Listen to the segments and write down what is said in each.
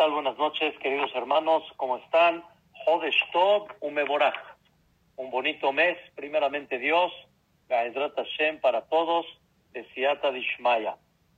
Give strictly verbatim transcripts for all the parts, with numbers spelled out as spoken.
tal? Buenas noches, queridos hermanos, ¿cómo están? Jodesh Tov Umeborach. Un bonito mes, primeramente Dios, Be'ezrat Hashem para todos, de Siyata Dishmaya.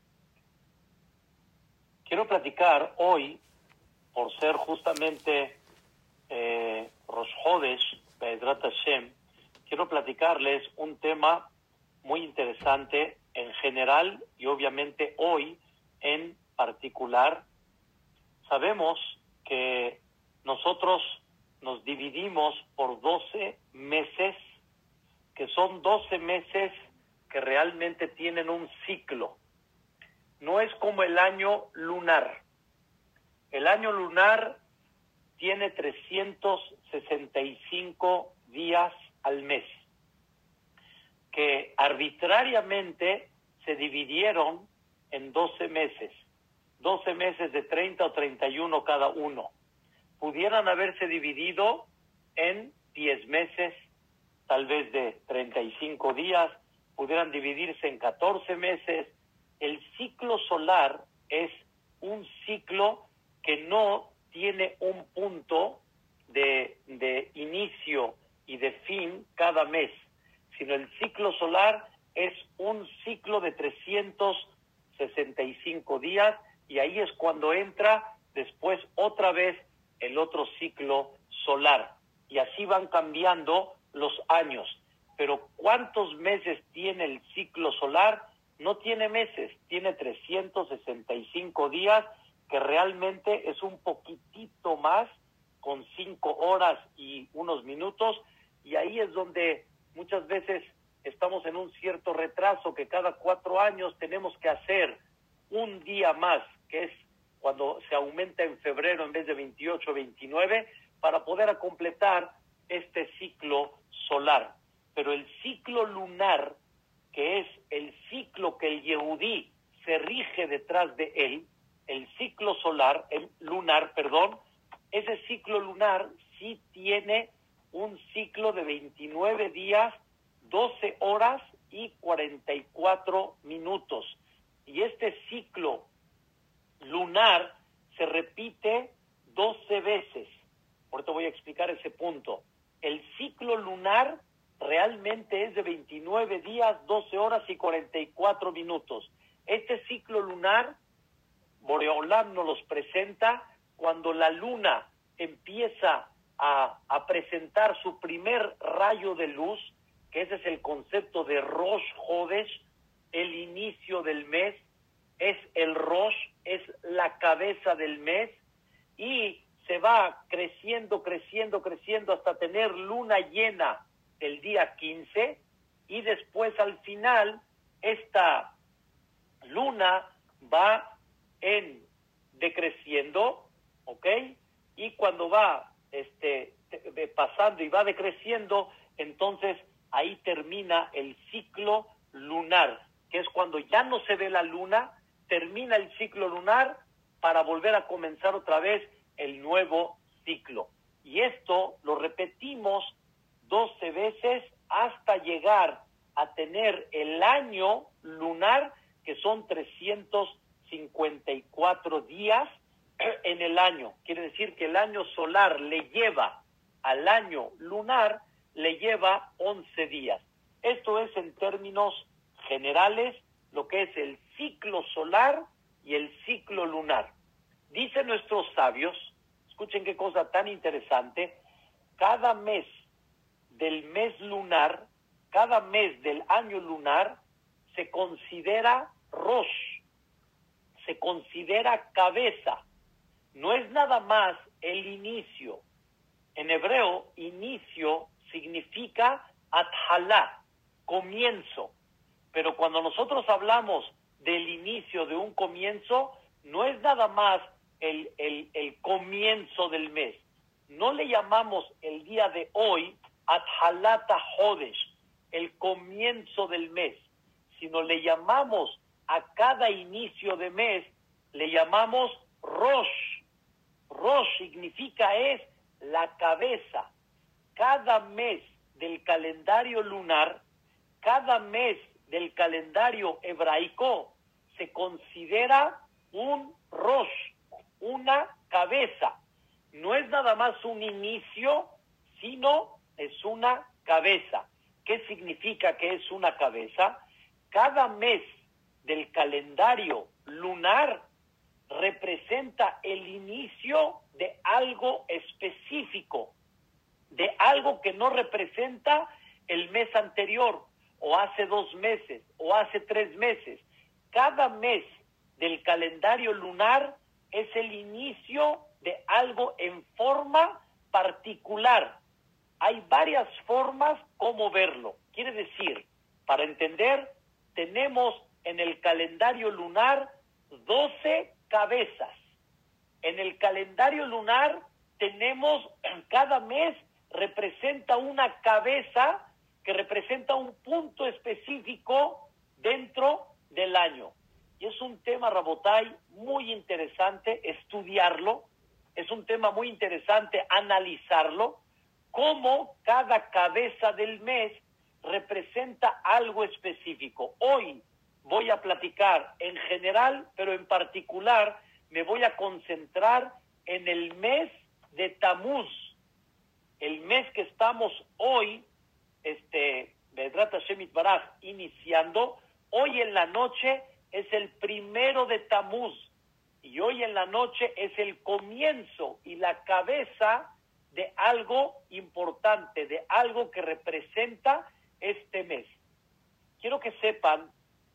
Quiero platicar hoy, por ser justamente eh, Rosh Hodesh, Be'ezrat Hashem, quiero platicarles un tema muy interesante en general y obviamente hoy en particular. Sabemos que nosotros nos dividimos por doce meses, que son doce meses que realmente tienen un ciclo. No es como el año lunar. El año lunar tiene trescientos sesenta y cinco días al mes, que arbitrariamente se dividieron en doce meses. doce meses de treinta o treinta y uno cada uno. Pudieran haberse dividido en diez meses, tal vez de treinta y cinco días, pudieran dividirse en catorce meses. El ciclo solar es un ciclo que no tiene un punto de, de inicio y de fin cada mes, sino el ciclo solar es un ciclo de trescientos sesenta y cinco días, y ahí es cuando entra después otra vez el otro ciclo solar. Y así van cambiando los años. Pero ¿cuántos meses tiene el ciclo solar? No tiene meses, tiene trescientos sesenta y cinco días, que realmente es un poquitito más, con cinco horas y unos minutos. Y ahí es donde muchas veces estamos en un cierto retraso, que cada cuatro años tenemos que hacer un día más, que es cuando se aumenta en febrero en vez de veintiocho, veintinueve, para poder completar este ciclo solar. Pero el ciclo lunar, que es el ciclo que el Yehudí se rige detrás de él, el ciclo solar, el lunar, perdón, ese ciclo lunar sí tiene un ciclo de veintinueve días, doce horas y cuarenta y cuatro minutos. Y este ciclo lunar se repite doce veces. Ahorita voy a explicar ese punto. El ciclo lunar realmente es de veintinueve días, doce horas y cuarenta y cuatro minutos. Este ciclo lunar, Boreolam nos los presenta cuando la luna empieza a, a presentar su primer rayo de luz, que ese es el concepto de Rosh Hodesh, el inicio del mes, es el Rosh, es la cabeza del mes, y se va creciendo, creciendo, creciendo hasta tener luna llena el día quince, y después al final esta luna va en decreciendo, ¿ok? Y cuando va este pasando y va decreciendo, entonces ahí termina el ciclo lunar, que es cuando ya no se ve la luna, termina el ciclo lunar para volver a comenzar otra vez el nuevo ciclo. Y esto lo repetimos doce veces hasta llegar a tener el año lunar, que son trescientos cincuenta y cuatro días en el año. Quiere decir que el año solar le lleva al año lunar, le lleva once días. Esto es en términos generales lo que es el ciclo solar y el ciclo lunar. Dicen nuestros sabios, escuchen qué cosa tan interesante, cada mes del mes lunar, cada mes del año lunar, se considera Rosh, se considera cabeza. No es nada más el inicio. En hebreo, inicio significa athalá, comienzo. Pero cuando nosotros hablamos del inicio de un comienzo, no es nada más el, el, el comienzo del mes. No le llamamos el día de hoy Athalat HaHodesh, el comienzo del mes, sino le llamamos a cada inicio de mes, le llamamos Rosh. Rosh significa es la cabeza. Cada mes del calendario lunar, cada mes del calendario hebraico se considera un Rosh, una cabeza. No es nada más un inicio, sino es una cabeza. ¿Qué significa que es una cabeza? Cada mes del calendario lunar representa el inicio de algo específico, de algo que no representa el mes anterior, o hace dos meses, o hace tres meses. Cada mes del calendario lunar es el inicio de algo en forma particular. Hay varias formas como verlo. Quiere decir, para entender, tenemos en el calendario lunar doce cabezas. En el calendario lunar tenemos, cada mes representa una cabeza que representa un punto específico dentro del año. Y es un tema, Rabotay, muy interesante estudiarlo. Es un tema muy interesante analizarlo, cómo cada cabeza del mes representa algo específico. Hoy voy a platicar en general, pero en particular me voy a concentrar en el mes de Tamuz, el mes que estamos hoy, este, Bedrat Hashem Itbaraj, iniciando. Hoy en la noche es el primero de Tamuz, y hoy en la noche es el comienzo y la cabeza de algo importante, de algo que representa este mes. Quiero que sepan,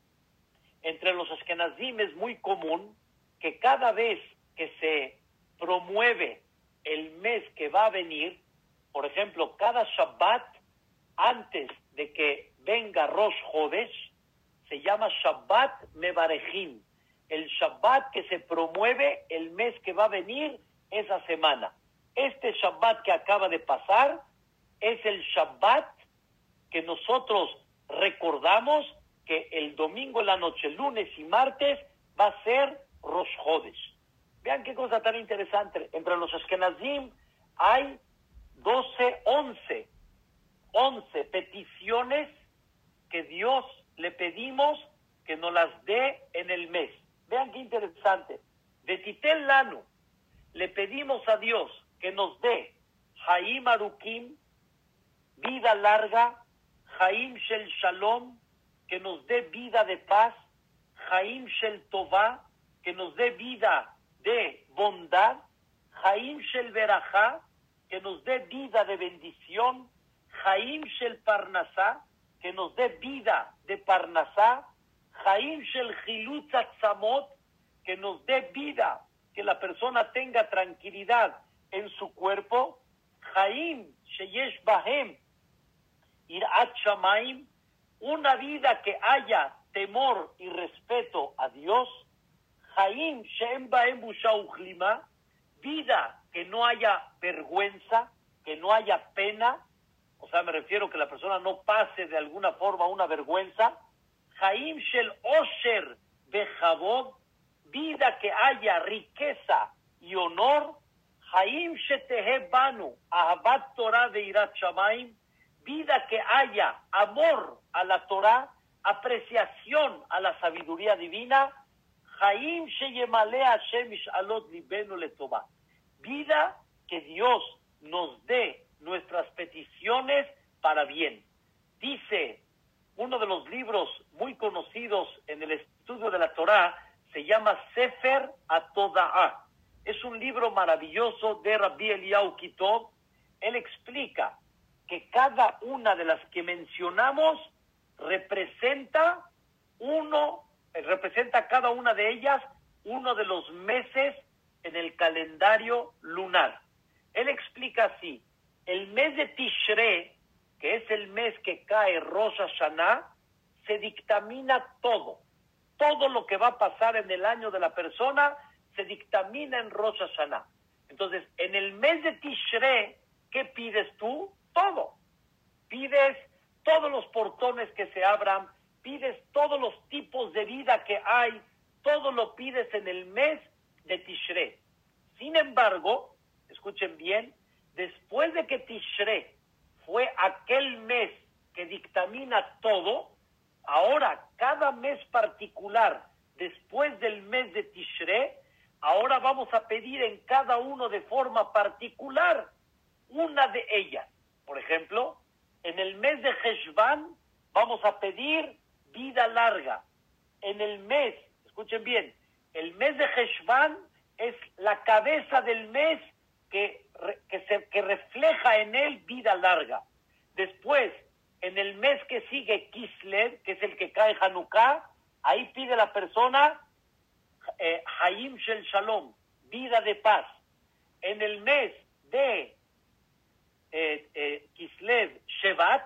entre los ashkenazim es muy común que cada vez que se promueve el mes que va a venir, por ejemplo, cada Shabbat, antes de que venga Rosh Chodesh, se llama Shabbat Mevarejim, el Shabbat que se promueve el mes que va a venir esa semana. Este Shabbat que acaba de pasar es el Shabbat que nosotros recordamos que el domingo en la noche, lunes y martes, va a ser Rosh Chodesh. Vean qué cosa tan interesante. Entre los Ashkenazim hay doce, once, once peticiones que Dios le pedimos que nos las dé en el mes. Vean qué interesante. De Titel Lanu, le pedimos a Dios que nos dé Haim Arukim, vida larga, Haim Shel Shalom, que nos dé vida de paz, Haim Shel Tová, que nos dé vida de bondad, Haim Shel Berajá, que nos dé vida de bendición, Haim Shel Parnasá, que nos dé vida de Parnasá, Haim Shel Chilutz Atzamot, que nos dé vida, que la persona tenga tranquilidad en su cuerpo, Haim Sheyesh Bahem Irat Shamaim, una vida que haya temor y respeto a Dios, Haim She'em Bahem Busha Uchlima, vida que no haya vergüenza, que no haya pena, o sea, me refiero que la persona no pase de alguna forma una vergüenza, Haim Shel Osher Bechavod, vida que haya riqueza y honor, Haim Shetehe Banu Ahabat Torah de Irat Shamaim, vida que haya amor a la Torah, apreciación a la sabiduría divina, Haim Sheyemale Hashem Ishalot Libenu Letová, vida que Dios nos dé nuestras peticiones para bien. Dice uno de los libros muy conocidos en el estudio de la Torah, se llama Sefer HaToda'ah. Es un libro maravilloso de Rabbi Eliyahu Kitov. Él explica que cada una de las que mencionamos representa uno, representa cada una de ellas uno de los meses en el calendario lunar. Él explica así: el mes de Tishrei, que es el mes que cae Rosh Hashanah, se dictamina todo. Todo lo que va a pasar en el año de la persona se dictamina en Rosh Hashanah. Entonces, en el mes de Tishrei, ¿qué pides tú? Todo. Pides todos los portones que se abran, pides todos los tipos de vida que hay, todo lo pides en el mes de Tishrei. Sin embargo, escuchen bien, después de que Tishrei fue aquel mes que dictamina todo, ahora cada mes particular después del mes de Tishrei Ahora vamos a pedir en cada uno de forma particular una de ellas. Por ejemplo, en el mes de Heshvan vamos a pedir vida larga. En el mes, escuchen bien, el mes de Heshvan es la cabeza del mes que, que, se, que refleja en él vida larga. Después, en el mes que sigue Kislev, que es el que cae Hanukkah, ahí pide la persona eh, Hayim Shel Shalom, vida de paz. En el mes de eh, eh, Kislev Shevat,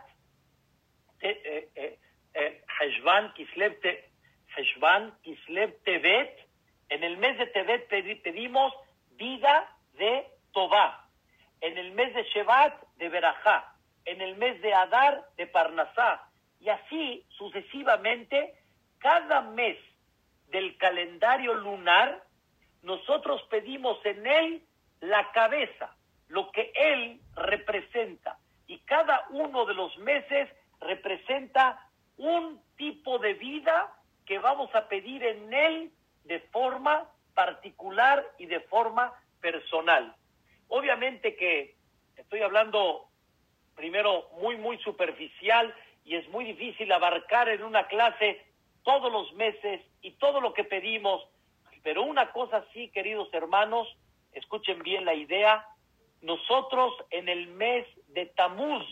eh, eh, eh, Heshvan, Kislev, te, Heshvan, Kislev Tevet, en el mes de Tevet pedimos vida de Tová. En el mes de Shevat, de Berajá. En el mes de Adar, de Parnasá. Y así sucesivamente, cada mes del calendario lunar, nosotros pedimos en él la cabeza, lo que él representa. Y cada uno de los meses representa un tipo de vida que vamos a pedir en él de forma particular y de forma personal. Obviamente que estoy hablando primero muy, muy superficial y es muy difícil abarcar en una clase todos los meses y todo lo que pedimos, pero una cosa sí, queridos hermanos, escuchen bien la idea, nosotros en el mes de Tamuz,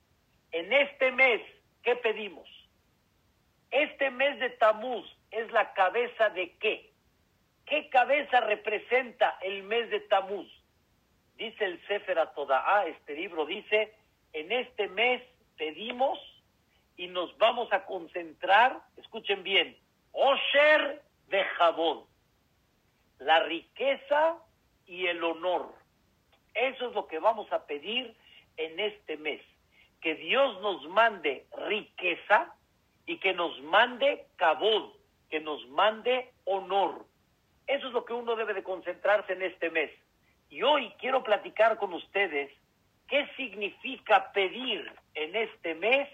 en este mes, ¿qué pedimos? Este mes de Tamuz es la cabeza de ¿qué? ¿Qué cabeza representa el mes de Tamuz? Dice el Sefer HaToda'á, este libro dice, en este mes pedimos y nos vamos a concentrar, escuchen bien, Osher de Jabón, la riqueza y el honor. Eso es lo que vamos a pedir en este mes, que Dios nos mande riqueza y que nos mande Kabod, que nos mande honor. Eso es lo que uno debe de concentrarse en este mes. Y hoy quiero platicar con ustedes qué significa pedir en este mes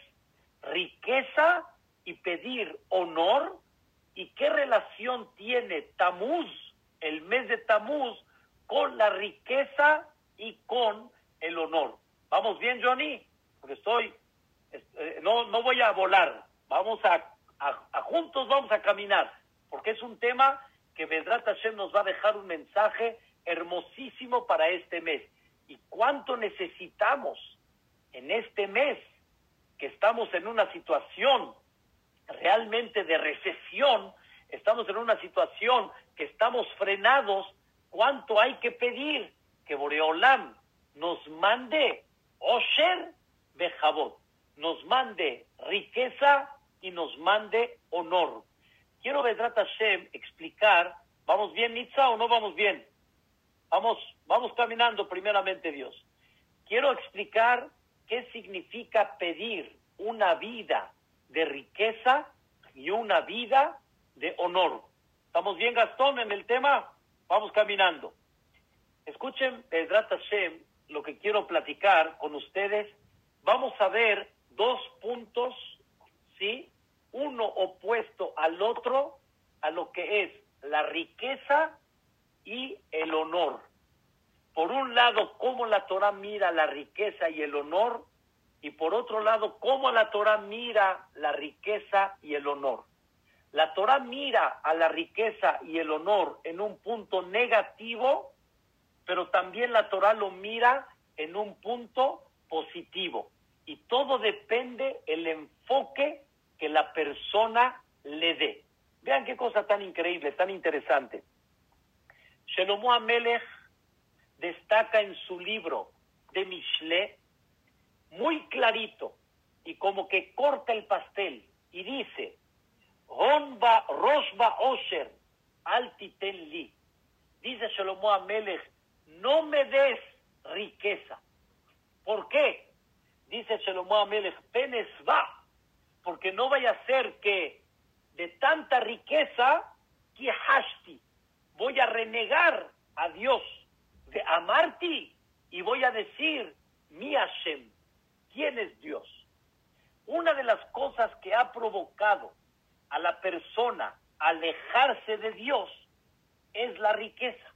riqueza y pedir honor y qué relación tiene Tamuz, el mes de Tamuz, con la riqueza y con el honor. ¿Vamos bien, Johnny? Porque estoy, eh, no, no voy a volar, vamos a, a, a juntos vamos a caminar, porque es un tema que Bedrat Hashem nos va a dejar un mensaje hermosísimo para este mes. ¿Y cuánto necesitamos en este mes que estamos en una situación realmente de recesión, estamos en una situación que estamos frenados? ¿Cuánto hay que pedir que Boreolam nos mande Osher Bejabot, nos mande riqueza y nos mande honor? Quiero, Bedrat Hashem, explicar, ¿vamos bien, Nitza, o no vamos bien? Vamos, vamos caminando primeramente, Dios. Quiero explicar qué significa pedir una vida de riqueza y una vida de honor. ¿Estamos bien, Gastón, en el tema? Vamos caminando. Escuchen, Bedrat Hashem, lo que quiero platicar con ustedes. Vamos a ver dos puntos, ¿sí? Uno opuesto al otro, a lo que es la riqueza y el honor. Por un lado, cómo la Torah mira la riqueza y el honor, y por otro lado, cómo la Torah mira la riqueza y el honor. La Torah mira a la riqueza y el honor en un punto negativo, pero también la Torah lo mira en un punto positivo. Y todo depende del enfoque que la persona le dé. Vean qué cosa tan increíble, tan interesante. Shelomo HaMelech destaca en su libro de Mishle muy clarito y como que corta el pastel y dice: Hon ba rosh ba osher al titen li. Dice Shelomo HaMelech, no me des riqueza. ¿Por qué? Dice Shelomo HaMelech, penes va, porque no vaya a ser que de tanta riqueza que hashti, voy a renegar a Dios, de amarte, y voy a decir, mi Hashem, ¿quién es Dios? Una de las cosas que ha provocado a la persona alejarse de Dios es la riqueza.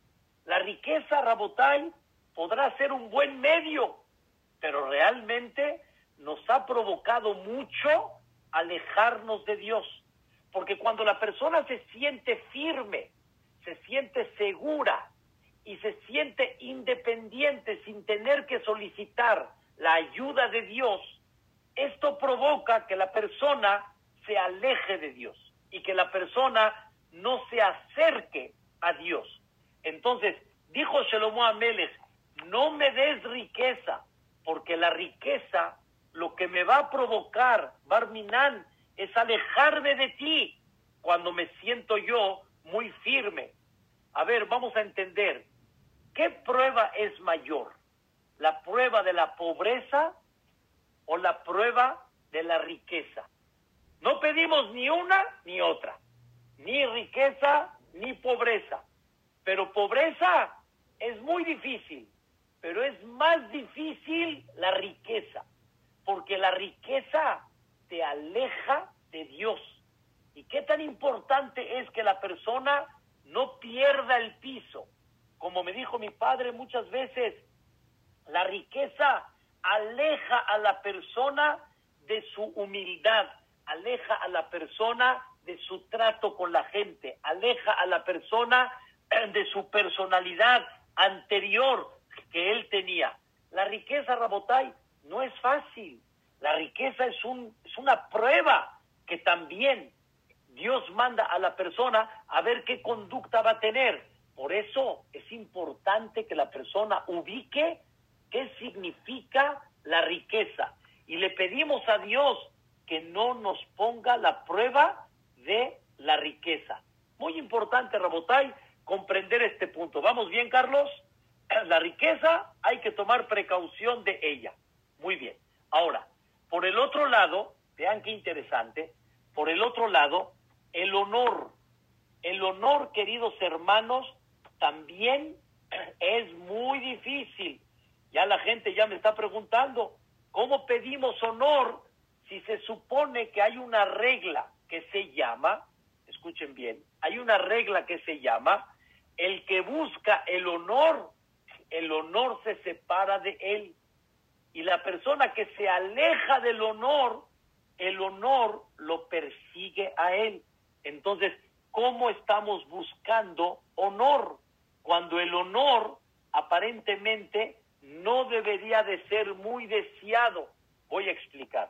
La riqueza, Rabotay, podrá ser un buen medio, pero realmente nos ha provocado mucho alejarnos de Dios. Porque cuando la persona se siente firme, se siente segura y se siente independiente sin tener que solicitar la ayuda de Dios, esto provoca que la persona se aleje de Dios y que la persona no se acerque a Dios. Entonces, dijo Shelomo Amelech, no me des riqueza, porque la riqueza lo que me va a provocar, Barminan, es alejarme de ti cuando me siento yo muy firme. A ver, vamos a entender, ¿qué prueba es mayor? ¿La prueba de la pobreza o la prueba de la riqueza? No pedimos ni una ni otra, ni riqueza ni pobreza. Pero pobreza es muy difícil, pero es más difícil la riqueza, porque la riqueza te aleja de Dios. ¿Y qué tan importante es que la persona no pierda el piso? Como me dijo mi padre muchas veces, la riqueza aleja a la persona de su humildad, aleja a la persona de su trato con la gente, aleja a la persona de su personalidad anterior que él tenía. La riqueza, Rabotay, no es fácil. La riqueza es, un, es una prueba que también Dios manda a la persona a ver qué conducta va a tener. Por eso es importante que la persona ubique qué significa la riqueza. Y le pedimos a Dios que no nos ponga la prueba de la riqueza. Muy importante, Rabotay, comprender este punto. ¿Vamos bien, Carlos? La riqueza hay que tomar precaución de ella. Muy bien. Ahora, por el otro lado, vean qué interesante, por el otro lado, el honor. El honor, queridos hermanos, también es muy difícil. Ya la gente ya me está preguntando, ¿cómo pedimos honor si se supone que hay una regla que se llama, escuchen bien, hay una regla que se llama, el que busca el honor, el honor se separa de él. Y la persona que se aleja del honor, el honor lo persigue a él. Entonces, ¿cómo estamos buscando honor? Cuando el honor aparentemente no debería de ser muy deseado. Voy a explicar.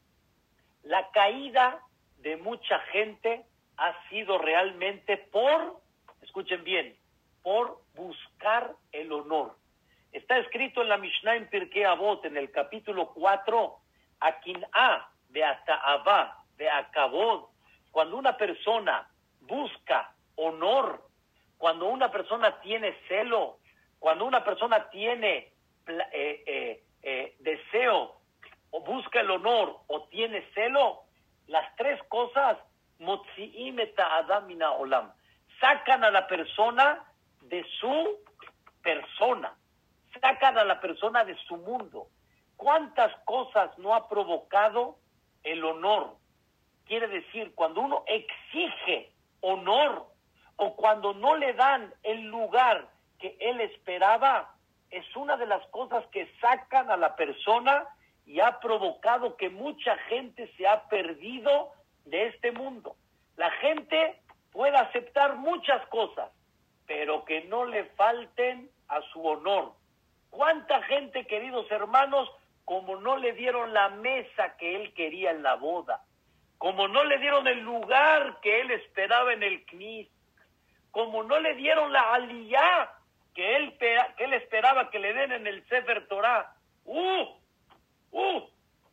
La caída de mucha gente ha sido realmente por, escuchen bien, por buscar el honor. Está escrito en la Mishnah en Pirkei Avot, en el capítulo cuatro, Akin'a, Beata'avá, Beakavod. Cuando una persona busca honor, cuando una persona tiene celo, cuando una persona tiene eh, eh, eh, deseo, o busca el honor, o tiene celo, las tres cosas, motzi'im et ha'adam min ha'olam, sacan a la persona de su persona, sacan a la persona de su mundo. ¿Cuántas cosas no ha provocado el honor? Quiere decir, cuando uno exige honor o cuando no le dan el lugar que él esperaba, es una de las cosas que sacan a la persona y ha provocado que mucha gente se ha perdido de este mundo. La gente puede aceptar muchas cosas, pero que no le falten a su honor. ¿Cuánta gente, queridos hermanos, como no le dieron la mesa que él quería en la boda, como no le dieron el lugar que él esperaba en el knis, como no le dieron la aliyá que él, que él esperaba que le den en el Sefer Torah? ¡Uh! ¡Uh!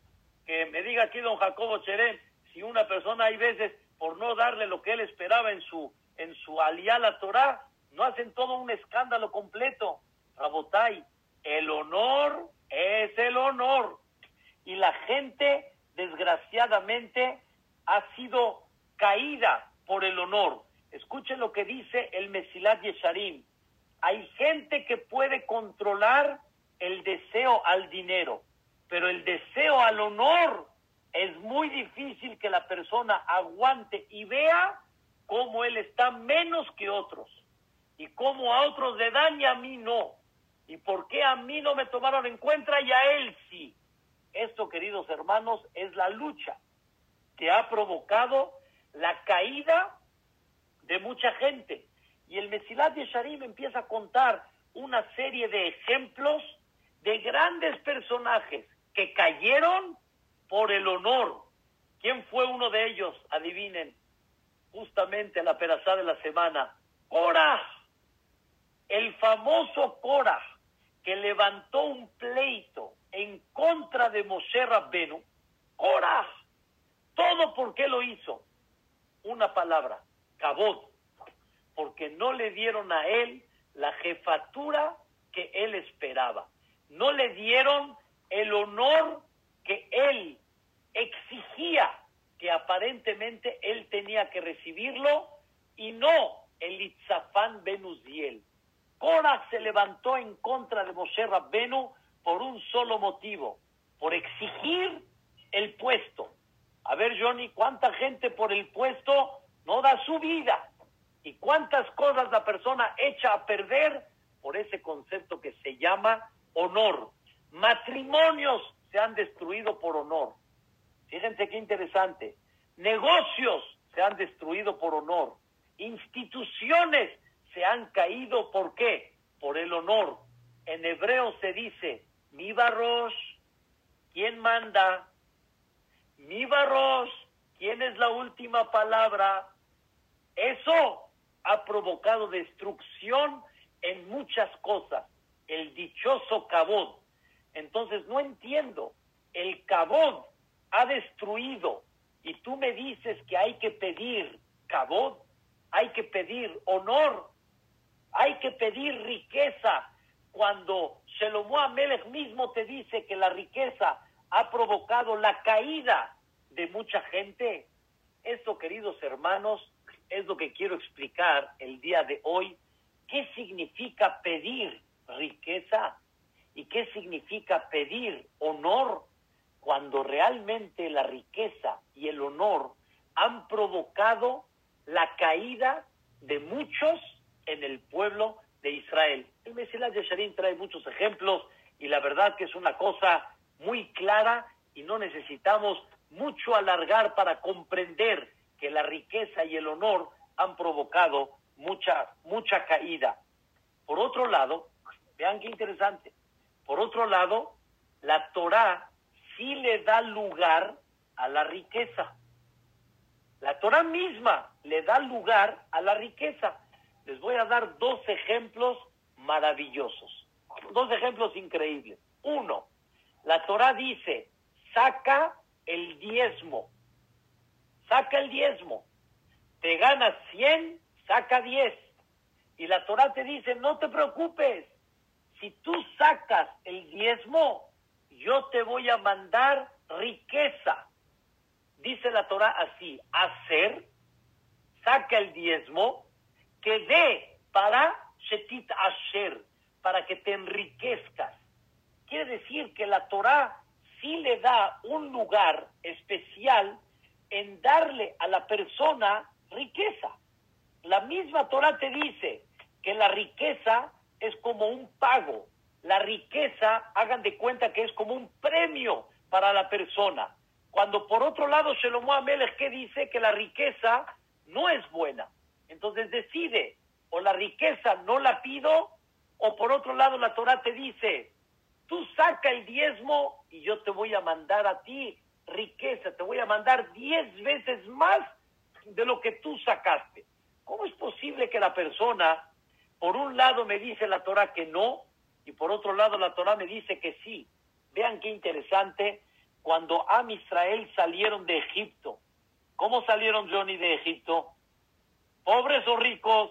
Que me diga aquí don Jacobo Cherén, si una persona hay veces, por no darle lo que él esperaba en su, en su aliyá a la Torah, no hacen todo un escándalo completo. Rabotay, el honor es el honor. Y la gente, desgraciadamente, ha sido caída por el honor. Escuchen lo que dice el Mesilat Yesharim. Hay gente que puede controlar el deseo al dinero, pero el deseo al honor es muy difícil que la persona aguante y vea cómo él está menos que otros. y cómo a otros le dan y a mí no, y por qué a mí no me tomaron en cuenta y a él sí. Esto, queridos hermanos, es la lucha que ha provocado la caída de mucha gente. Y el Mesilat Yesharim empieza a contar una serie de ejemplos de grandes personajes que cayeron por el honor. ¿Quién fue uno de ellos? Adivinen, justamente la perashá de la semana. Korah, el famoso Korah, que levantó un pleito en contra de Moshe Rabbenu. Korah, ¿todo por qué lo hizo? Una palabra, kabod, porque no le dieron a él la jefatura que él esperaba. No le dieron el honor que él exigía, que aparentemente él tenía que recibirlo, y no el Itzafán ben Uziel. Korah se levantó en contra de Moshe Rabbenu por un solo motivo, por exigir el puesto. A ver, Johnny, ¿cuánta gente por el puesto no da su vida? ¿Y cuántas cosas la persona echa a perder por ese concepto que se llama honor? Matrimonios se han destruido por honor. Fíjense qué interesante. Negocios se han destruido por honor. Instituciones se han caído, ¿por qué? Por el honor. En hebreo se dice, mi barrosh, ¿quién manda? Mi barrosh, ¿quién es la última palabra? Eso ha provocado destrucción en muchas cosas. El dichoso kabod. Entonces no entiendo. El kabod ha destruido. Y tú me dices que hay que pedir kabod, hay que pedir honor, hay que pedir riqueza. Cuando Shelomo Amelech mismo te dice que la riqueza ha provocado la caída de mucha gente. Esto, queridos hermanos, es lo que quiero explicar el día de hoy. ¿Qué significa pedir riqueza? ¿Y qué significa pedir honor? Cuando realmente la riqueza y el honor han provocado la caída de muchos en el pueblo de Israel. El Mesilat Yesharim trae muchos ejemplos y la verdad que es una cosa muy clara y no necesitamos mucho alargar para comprender que la riqueza y el honor han provocado mucha, mucha caída. Por otro lado, vean qué interesante, por otro lado, la Torá sí le da lugar a la riqueza. La Torá misma le da lugar a la riqueza. Les voy a dar dos ejemplos maravillosos, dos ejemplos increíbles. Uno, la Torá dice, saca el diezmo, saca el diezmo, te ganas cien, saca diez. Y la Torá te dice, no te preocupes, si tú sacas el diezmo, yo te voy a mandar riqueza. Dice la Torá así, hacer, saca el diezmo, que dé para shetit asher, para que te enriquezcas. Quiere decir que la Torá sí le da un lugar especial en darle a la persona riqueza. La misma Torá te dice que la riqueza es como un pago. La riqueza, hagan de cuenta que es como un premio para la persona. Cuando por otro lado Shelomo Amelech, ¿qué dice? Que la riqueza no es buena. Entonces decide, o la riqueza no la pido, o por otro lado la Torá te dice, tú saca el diezmo y yo te voy a mandar a ti riqueza, te voy a mandar diez veces más de lo que tú sacaste. ¿Cómo es posible que la persona, por un lado me dice la Torá que no, y por otro lado la Torá me dice que sí? Vean qué interesante, cuando Am Israel salieron de Egipto, ¿cómo salieron, Johnny, de Egipto? ¿Pobres o ricos?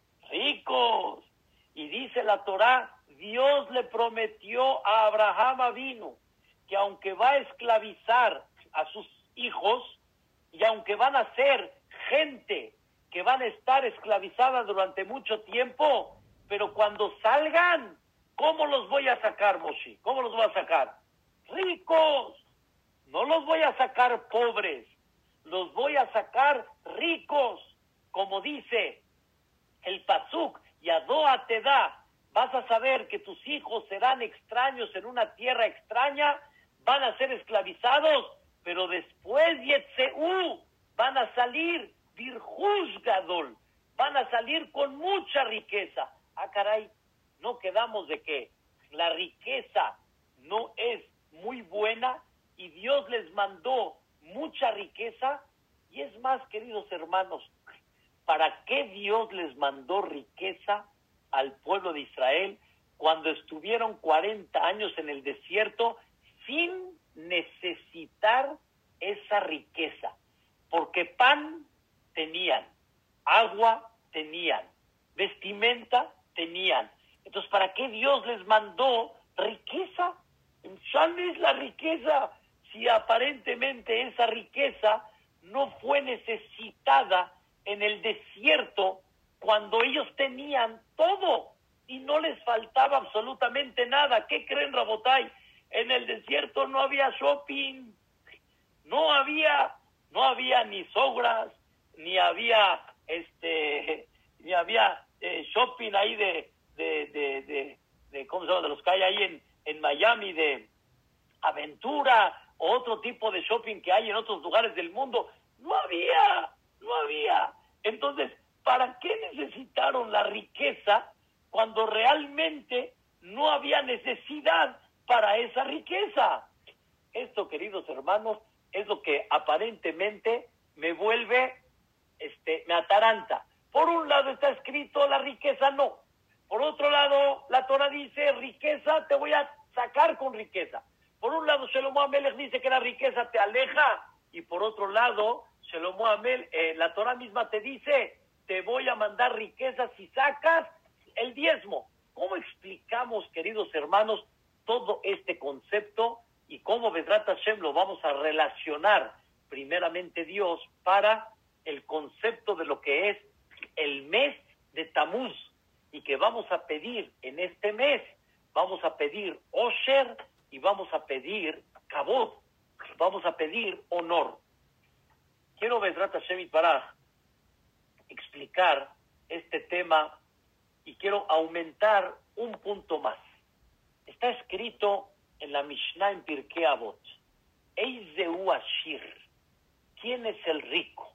Ricos. Y dice la Torá, Dios le prometió a Abraham Avinu que aunque va a esclavizar a sus hijos y aunque van a ser gente que van a estar esclavizadas durante mucho tiempo, pero cuando salgan, ¿cómo los voy a sacar, Moshe? ¿Cómo los voy a sacar? Ricos. No los voy a sacar pobres, los voy a sacar ricos, como dice el pasuk y Adoa te da, vas a saber que tus hijos serán extraños en una tierra extraña, van a ser esclavizados, pero después Yetzeu, van a salir Birjush Gadol, van a salir con mucha riqueza. Ah, caray, no quedamos de que la riqueza no es muy buena y Dios les mandó mucha riqueza. Y es más, queridos hermanos, ¿para qué Dios les mandó riqueza al pueblo de Israel cuando estuvieron cuarenta años en el desierto sin necesitar esa riqueza? Porque pan tenían, agua tenían, vestimenta tenían. Entonces, ¿para qué Dios les mandó riqueza? ¿Cuál es la riqueza? Si aparentemente esa riqueza no fue necesitada en el desierto cuando ellos tenían todo y no les faltaba absolutamente nada. ¿Qué creen, Rabotay? En el desierto no había shopping, no había, no había ni sogras, ni había este, ni había eh, shopping ahí de, de, de, de, de, ¿cómo se llama? De los que hay ahí en, en Miami, de aventura, o otro tipo de shopping que hay en otros lugares del mundo. No había, no había. Entonces, ¿para qué necesitaron la riqueza cuando realmente no había necesidad para esa riqueza? Esto, queridos hermanos, es lo que aparentemente me vuelve, este, me ataranta. Por un lado está escrito la riqueza no. Por otro lado, la Torah dice riqueza te voy a sacar con riqueza. Por un lado, Shelomo Amelech dice que la riqueza te aleja, y por otro lado, Shelomo Amelech, eh, la Torah misma te dice, te voy a mandar riqueza si sacas el diezmo. ¿Cómo explicamos, queridos hermanos, todo este concepto y cómo Bezrat Hashem lo vamos a relacionar, primeramente Dios, para el concepto de lo que es el mes de Tamuz, y que vamos a pedir en este mes? Vamos a pedir Osher y vamos a pedir Kabod, vamos a pedir honor. Quiero, Bezrat Hashem Yitbaraj, explicar este tema y quiero aumentar un punto más. Está escrito en la Mishnah en Pirkei Avot, Eizeu Ashir, ¿quién es el rico?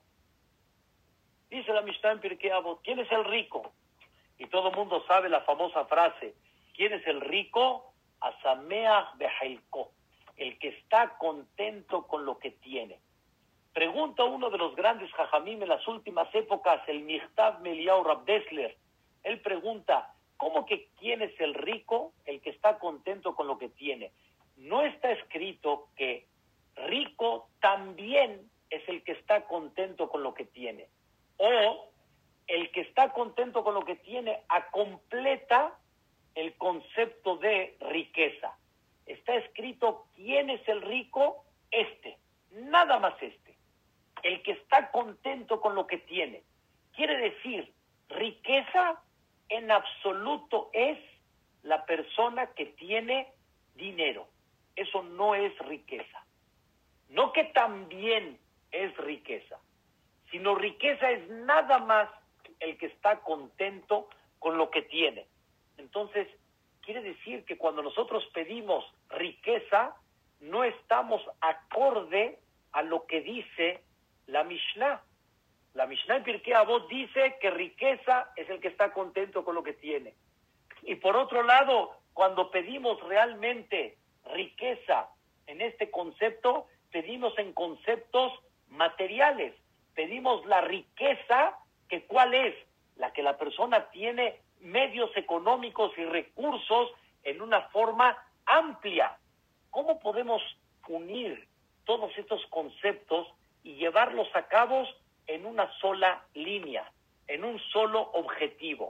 Dice la Mishnah en Pirkei Avot, ¿quién es el rico? Y todo el mundo sabe la famosa frase, ¿quién es el rico? Asameach behailko, el que está contento con lo que tiene. Pregunta uno de los grandes jajamim en las últimas épocas, el Michtav Meliau Rab Dessler. Él pregunta, ¿cómo que quién es el rico? El que está contento con lo que tiene. No está escrito que rico también es el que está contento con lo que tiene. O el que está contento con lo que tiene acompleta el concepto de riqueza. Está escrito quién es el rico, este, nada más este, el que está contento con lo que tiene. Quiere decir, riqueza en absoluto es la persona que tiene dinero. Eso no es riqueza. No que también es riqueza, sino riqueza es nada más el que está contento con lo que tiene. Entonces, quiere decir que cuando nosotros pedimos riqueza, no estamos acorde a lo que dice la Mishnah. La Mishnah en Pirkei Avot dice que riqueza es el que está contento con lo que tiene. Y por otro lado, cuando pedimos realmente riqueza en este concepto, pedimos en conceptos materiales. Pedimos la riqueza, que ¿cuál es? La que la persona tiene medios económicos y recursos en una forma amplia. ¿Cómo podemos unir todos estos conceptos y llevarlos a cabo en una sola línea, en un solo objetivo?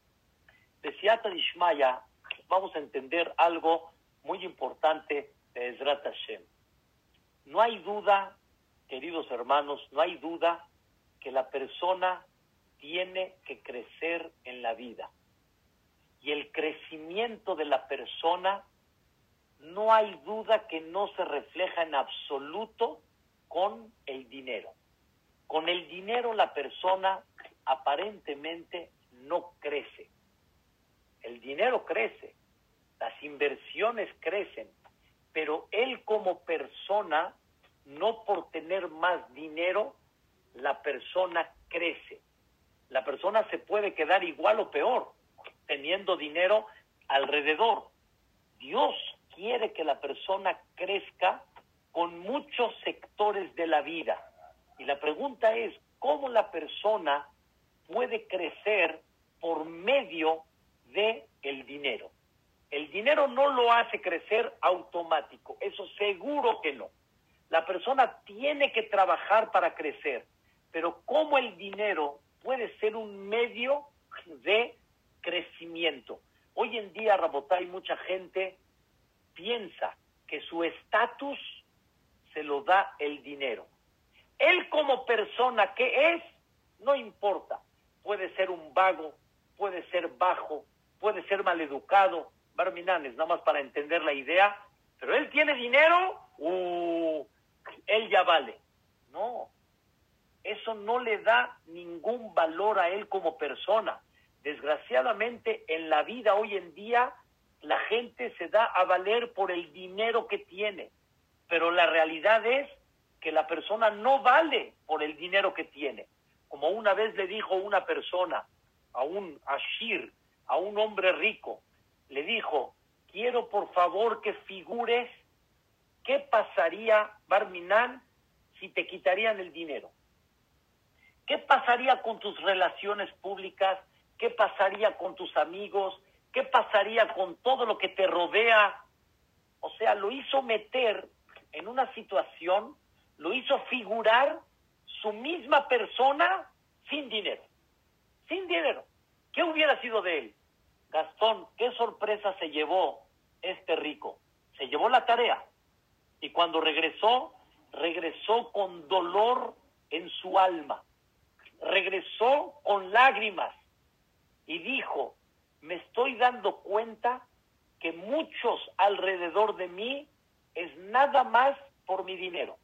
De Siyata Dishmaya vamos a entender algo muy importante de Ezrat Hashem. No hay duda, queridos hermanos, no hay duda que la persona tiene que crecer en la vida. Y el crecimiento de la persona, no hay duda que no se refleja en absoluto con el dinero. Con el dinero la persona aparentemente no crece. el dinero crece, las inversiones crecen, pero él como persona, no por tener más dinero, la persona crece. La persona se puede quedar igual o peor, teniendo dinero alrededor. Dios quiere que la persona crezca con muchos sectores de la vida. Y la pregunta es, ¿cómo la persona puede crecer por medio de el dinero? El dinero no lo hace crecer automático, eso seguro que no. La persona tiene que trabajar para crecer, pero ¿cómo el dinero puede ser un medio de crecimiento? Hoy en día, Rabotay, mucha gente piensa que su estatus se lo da el dinero. Él como persona, ¿qué es? No importa. Puede ser un vago, puede ser bajo, puede ser maleducado, Barminanes, nada más para entender la idea, pero él tiene dinero, uh, él ya vale. No, eso no le da ningún valor a él como persona. Desgraciadamente, en la vida hoy en día, la gente se da a valer por el dinero que tiene, pero la realidad es que la persona no vale por el dinero que tiene. Como una vez le dijo una persona a un ashir, a un hombre rico, le dijo, quiero por favor que figures qué pasaría, Barminan, si te quitarían el dinero. ¿Qué pasaría con tus relaciones públicas? ¿Qué pasaría con tus amigos? ¿Qué pasaría con todo lo que te rodea? O sea, lo hizo meter en una situación, lo hizo figurar su misma persona sin dinero. Sin dinero. ¿Qué hubiera sido de él? Gastón, ¿qué sorpresa se llevó este rico? Se llevó la tarea. Y cuando regresó, regresó con dolor en su alma. Regresó con lágrimas. Y dijo, me estoy dando cuenta que muchos alrededor de mí es nada más por mi dinero.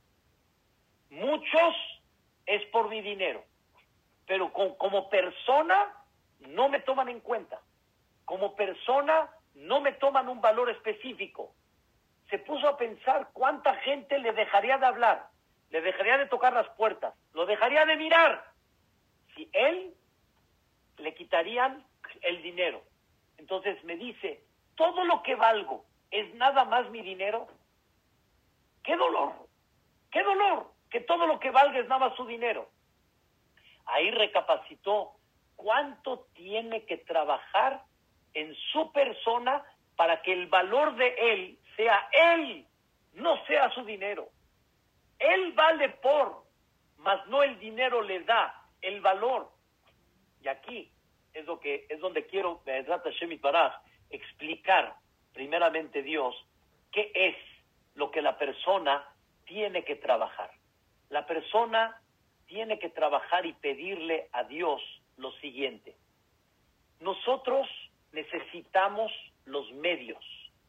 Muchos es por mi dinero. Pero con, como persona no me toman en cuenta. Como persona no me toman un valor específico. Se puso a pensar cuánta gente le dejaría de hablar, le dejaría de tocar las puertas, lo dejaría de mirar, si él le quitarían el dinero. Entonces me dice, todo lo que valgo es nada más mi dinero. ¡Qué dolor! ¡Qué dolor! Que todo lo que valga es nada más su dinero. Ahí recapacitó cuánto tiene que trabajar en su persona para que el valor de él sea él, no sea su dinero. Él vale por, mas no el dinero le da el valor. Y aquí es lo que es donde quiero, para explicar primeramente Dios qué es lo que la persona tiene que trabajar. La persona tiene que trabajar y pedirle a Dios lo siguiente. Nosotros necesitamos los medios.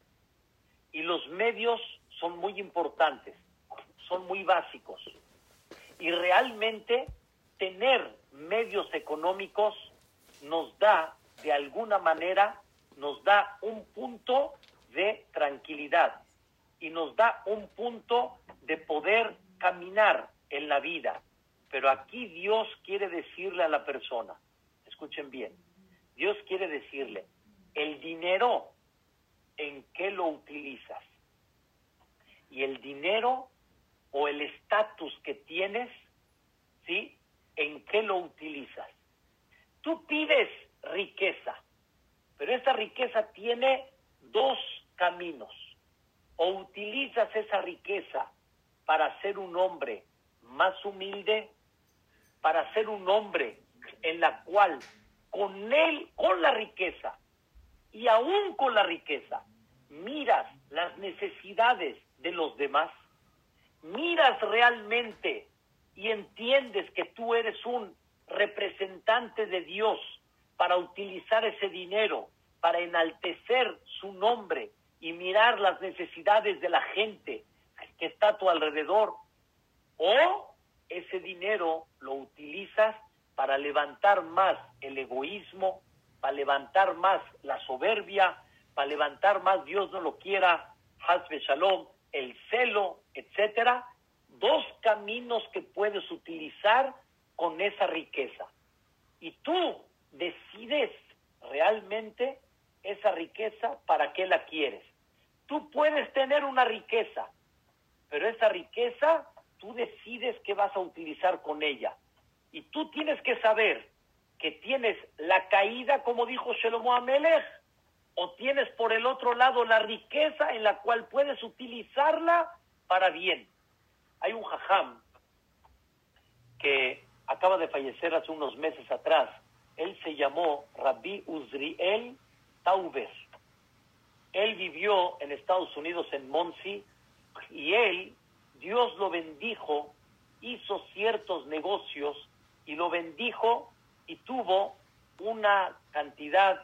Y los medios son muy importantes, son muy básicos. Y realmente tener medios económicos nos da, de alguna manera, nos da un punto de tranquilidad y nos da un punto de poder caminar en la vida. Pero aquí Dios quiere decirle a la persona, escuchen bien, Dios quiere decirle, el dinero, ¿en qué lo utilizas? Y el dinero o el estatus que tienes, ¿sí? ¿En qué lo utilizas? Tú pides riqueza, pero esa riqueza tiene dos caminos. O utilizas esa riqueza para ser un hombre más humilde, para ser un hombre en la cual con él, con la riqueza, y aún con la riqueza, miras las necesidades de los demás, miras realmente y entiendes que tú eres un representante de Dios para utilizar ese dinero, para enaltecer su nombre y mirar las necesidades de la gente que está a tu alrededor, o ese dinero lo utilizas para levantar más el egoísmo, para levantar más la soberbia, para levantar más, Dios no lo quiera, Hasbe Shalom, el celo, etcétera. Dos caminos que puedes utilizar con esa riqueza. Y tú decides realmente esa riqueza, para qué la quieres. Tú puedes tener una riqueza, pero esa riqueza tú decides qué vas a utilizar con ella. Y tú tienes que saber que tienes la caída, como dijo Shelomo Amelech, o tienes por el otro lado la riqueza en la cual puedes utilizarla para bien. Hay un jajam que acaba de fallecer hace unos meses atrás. Él se llamó Rabbi Uzriel Tauber. Él vivió en Estados Unidos, en Monsey, y él, Dios lo bendijo, hizo ciertos negocios y lo bendijo y tuvo una cantidad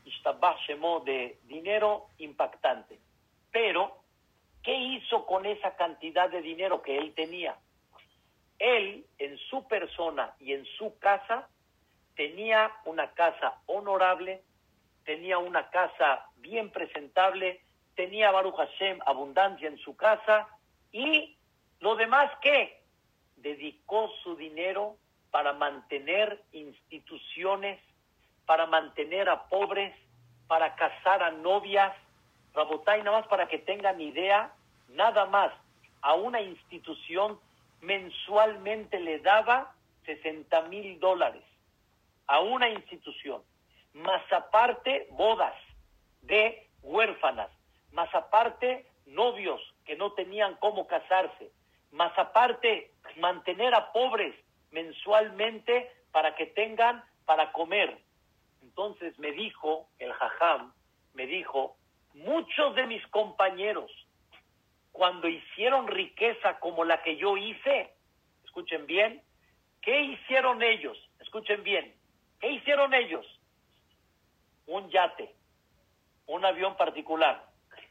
de dinero impactante. Pero, ¿qué hizo con esa cantidad de dinero que él tenía? Él, en su persona y en su casa, tenía una casa honorable, tenía una casa bien presentable, tenía, Baruch Hashem, abundancia en su casa, y lo demás, ¿qué? Dedicó su dinero para mantener instituciones, para mantener a pobres, para casar a novias. Rabotay, nada más para que tengan idea, nada más a una institución mensualmente le daba sesenta mil dólares a una institución, más aparte bodas de huérfanas, más aparte novios que no tenían cómo casarse, más aparte mantener a pobres mensualmente para que tengan para comer. Entonces me dijo el jajam, me dijo, muchos de mis compañeros, cuando hicieron riqueza como la que yo hice, escuchen bien, ¿qué hicieron ellos? Escuchen bien, ¿qué hicieron ellos? Un yate, un avión particular,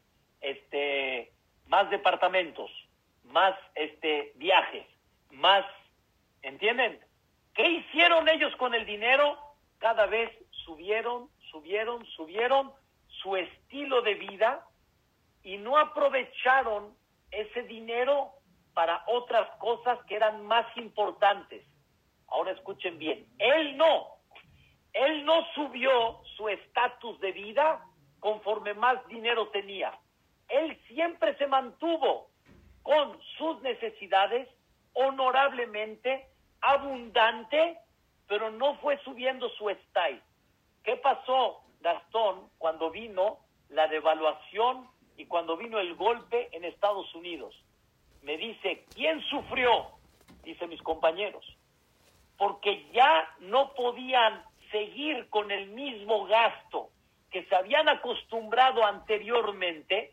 este, más departamentos, más este, viajes, más, ¿entienden? ¿Qué hicieron ellos con el dinero? Cada vez subieron, subieron, subieron su estilo de vida y no aprovecharon ese dinero para otras cosas que eran más importantes. Ahora escuchen bien, él no, él no subió su estatus de vida conforme más dinero tenía. Él siempre se mantuvo con sus necesidades honorablemente, abundante, pero no fue subiendo su style. ¿Qué pasó, Gastón, cuando vino la devaluación y cuando vino el golpe en Estados Unidos? Me dice, ¿quién sufrió? Dice mis compañeros, porque ya no podían seguir con el mismo gasto que se habían acostumbrado anteriormente,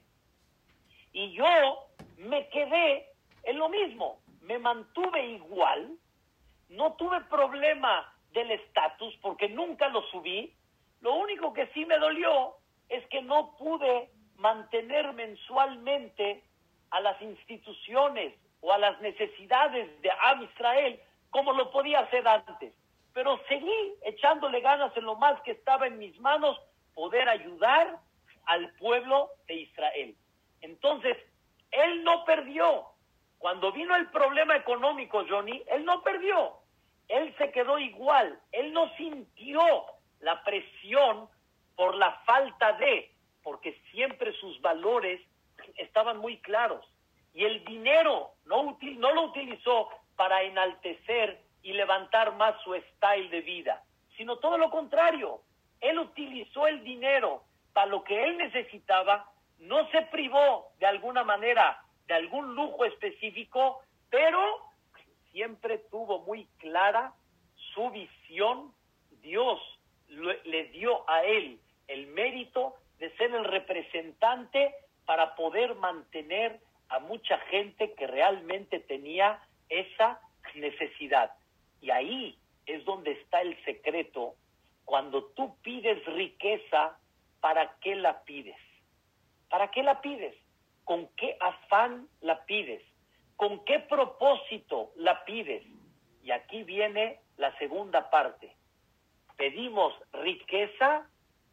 y yo me quedé en lo mismo, me mantuve igual, no tuve problema del estatus porque nunca lo subí. Lo único que sí me dolió es que no pude mantener mensualmente a las instituciones o a las necesidades de Am Israel como lo podía hacer antes. Pero seguí echándole ganas en lo más que estaba en mis manos, poder ayudar al pueblo de Israel. Entonces, él no perdió. Cuando vino el problema económico, Johnny, él no perdió. Él se quedó igual. Él no sintió la presión por la falta de, porque siempre sus valores estaban muy claros. Y el dinero no, util, no lo utilizó para enaltecer y levantar más su style de vida, sino todo lo contrario. Él utilizó el dinero para lo que él necesitaba, no se privó de alguna manera de algún lujo específico, pero siempre tuvo muy clara su visión. Dios le dio a él el mérito de ser el representante para poder mantener a mucha gente que realmente tenía esa necesidad. Y ahí es donde está el secreto. Cuando tú pides riqueza, ¿para qué la pides? ¿Para qué la pides? ¿Con qué afán la pides? ¿Con qué propósito la pides? Y aquí viene la segunda parte. Pedimos riqueza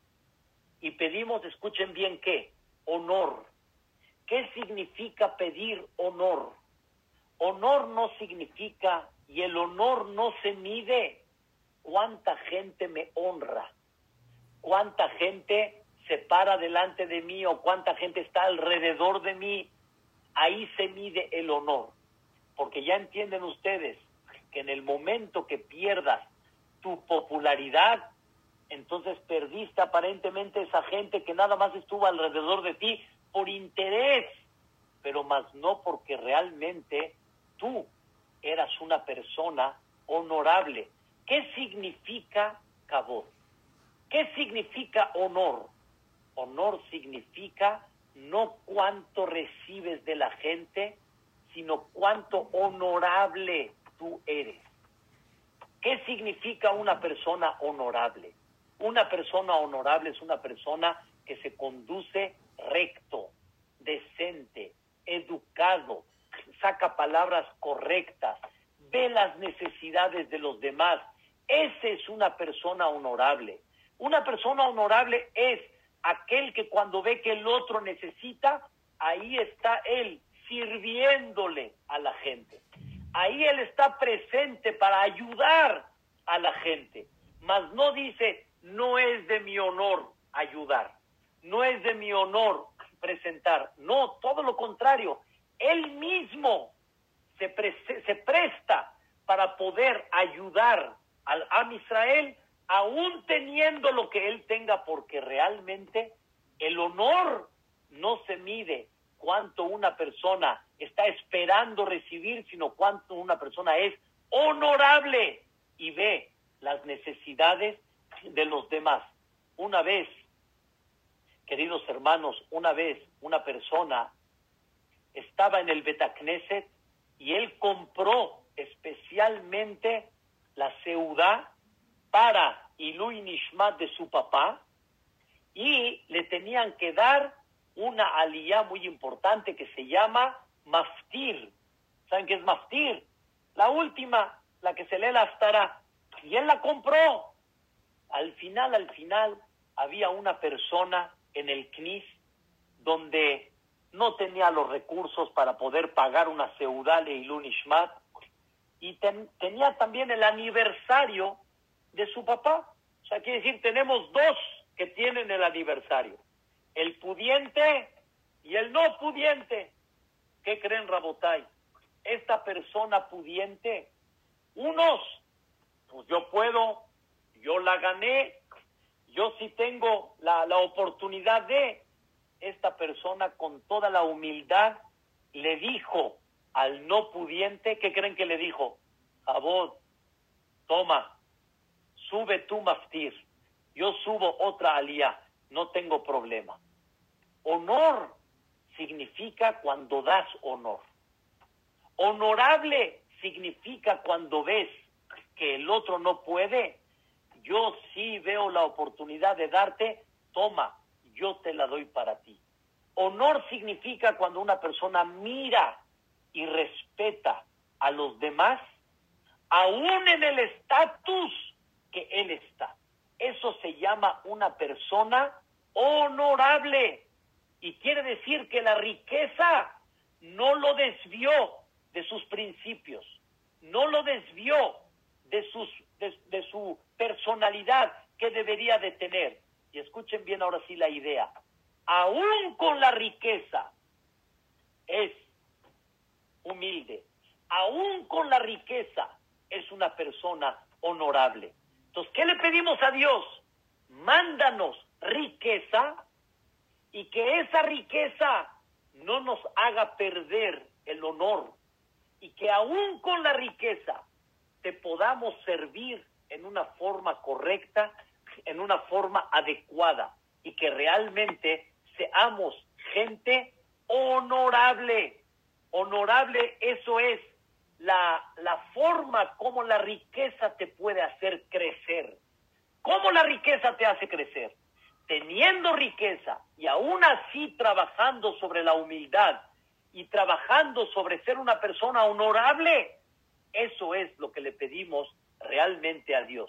y pedimos, escuchen bien qué, honor. ¿Qué significa pedir honor? Honor no significa, y el honor no se mide, cuánta gente me honra, cuánta gente se para delante de mí o cuánta gente está alrededor de mí. Ahí se mide el honor, porque ya entienden ustedes que en el momento que pierdas tu popularidad, entonces perdiste aparentemente esa gente que nada más estuvo alrededor de ti por interés, pero más no porque realmente tú eras una persona honorable. ¿Qué significa kavod? ¿Qué significa honor? Honor significa no cuánto recibes de la gente, sino cuánto honorable tú eres. ¿Qué significa una persona honorable? Una persona honorable es una persona que se conduce recto, decente, educado, saca palabras correctas, ve las necesidades de los demás. Esa es una persona honorable. Una persona honorable es aquel que cuando ve que el otro necesita, ahí está él sirviéndole a la gente. Ahí él está presente para ayudar a la gente. Mas no dice, no es de mi honor ayudar, no es de mi honor presentar. No, todo lo contrario. Él mismo se, pre- se presta para poder ayudar al Am Israel, aún teniendo lo que él tenga, porque realmente el honor no se mide cuánto una persona está esperando recibir, sino cuánto una persona es honorable y ve las necesidades de los demás. Una vez, queridos hermanos, una vez una persona estaba en el Betacneset y él compró especialmente la seudá para Ilui Nishmat de su papá, y le tenían que dar una aliyá muy importante que se llama maftir. ¿Saben qué es maftir? La última, la que se lee la Haftará. Y él la compró. Al final, al final, había una persona en el C N I S donde no tenía los recursos para poder pagar una seudá de Ilui Nishmat, y ten, tenía también el aniversario de su papá. O sea, quiere decir, tenemos dos que tienen el aniversario, el pudiente y el no pudiente. ¿Qué creen, Rabotay? Esta persona pudiente, unos, pues yo puedo, yo la gané, yo sí tengo la, la oportunidad de. Esta persona con toda la humildad le dijo al no pudiente, ¿qué creen que le dijo? Jabod, toma, sube tú maftir, yo subo otra aliyá, no tengo problema. Honor significa cuando das honor. Honorable significa cuando ves que el otro no puede, yo sí veo la oportunidad de darte, toma, yo te la doy para ti. Honor significa cuando una persona mira y respeta a los demás, aún en el estatus que él está. Eso se llama una persona honorable. Y quiere decir que la riqueza no lo desvió de sus principios, no lo desvió de, sus, de, de su personalidad que debería de tener. Y escuchen bien ahora sí la idea. Aún con la riqueza es humilde, aún con la riqueza es una persona honorable. Entonces, ¿qué le pedimos a Dios? Mándanos riqueza, y que esa riqueza no nos haga perder el honor, y que aún con la riqueza te podamos servir en una forma correcta, en una forma adecuada, y que realmente seamos gente honorable. Honorable, eso es la, la forma como la riqueza te puede hacer crecer. ¿Cómo la riqueza te hace crecer? Teniendo riqueza y aún así trabajando sobre la humildad y trabajando sobre ser una persona honorable. Eso es lo que le pedimos realmente a Dios.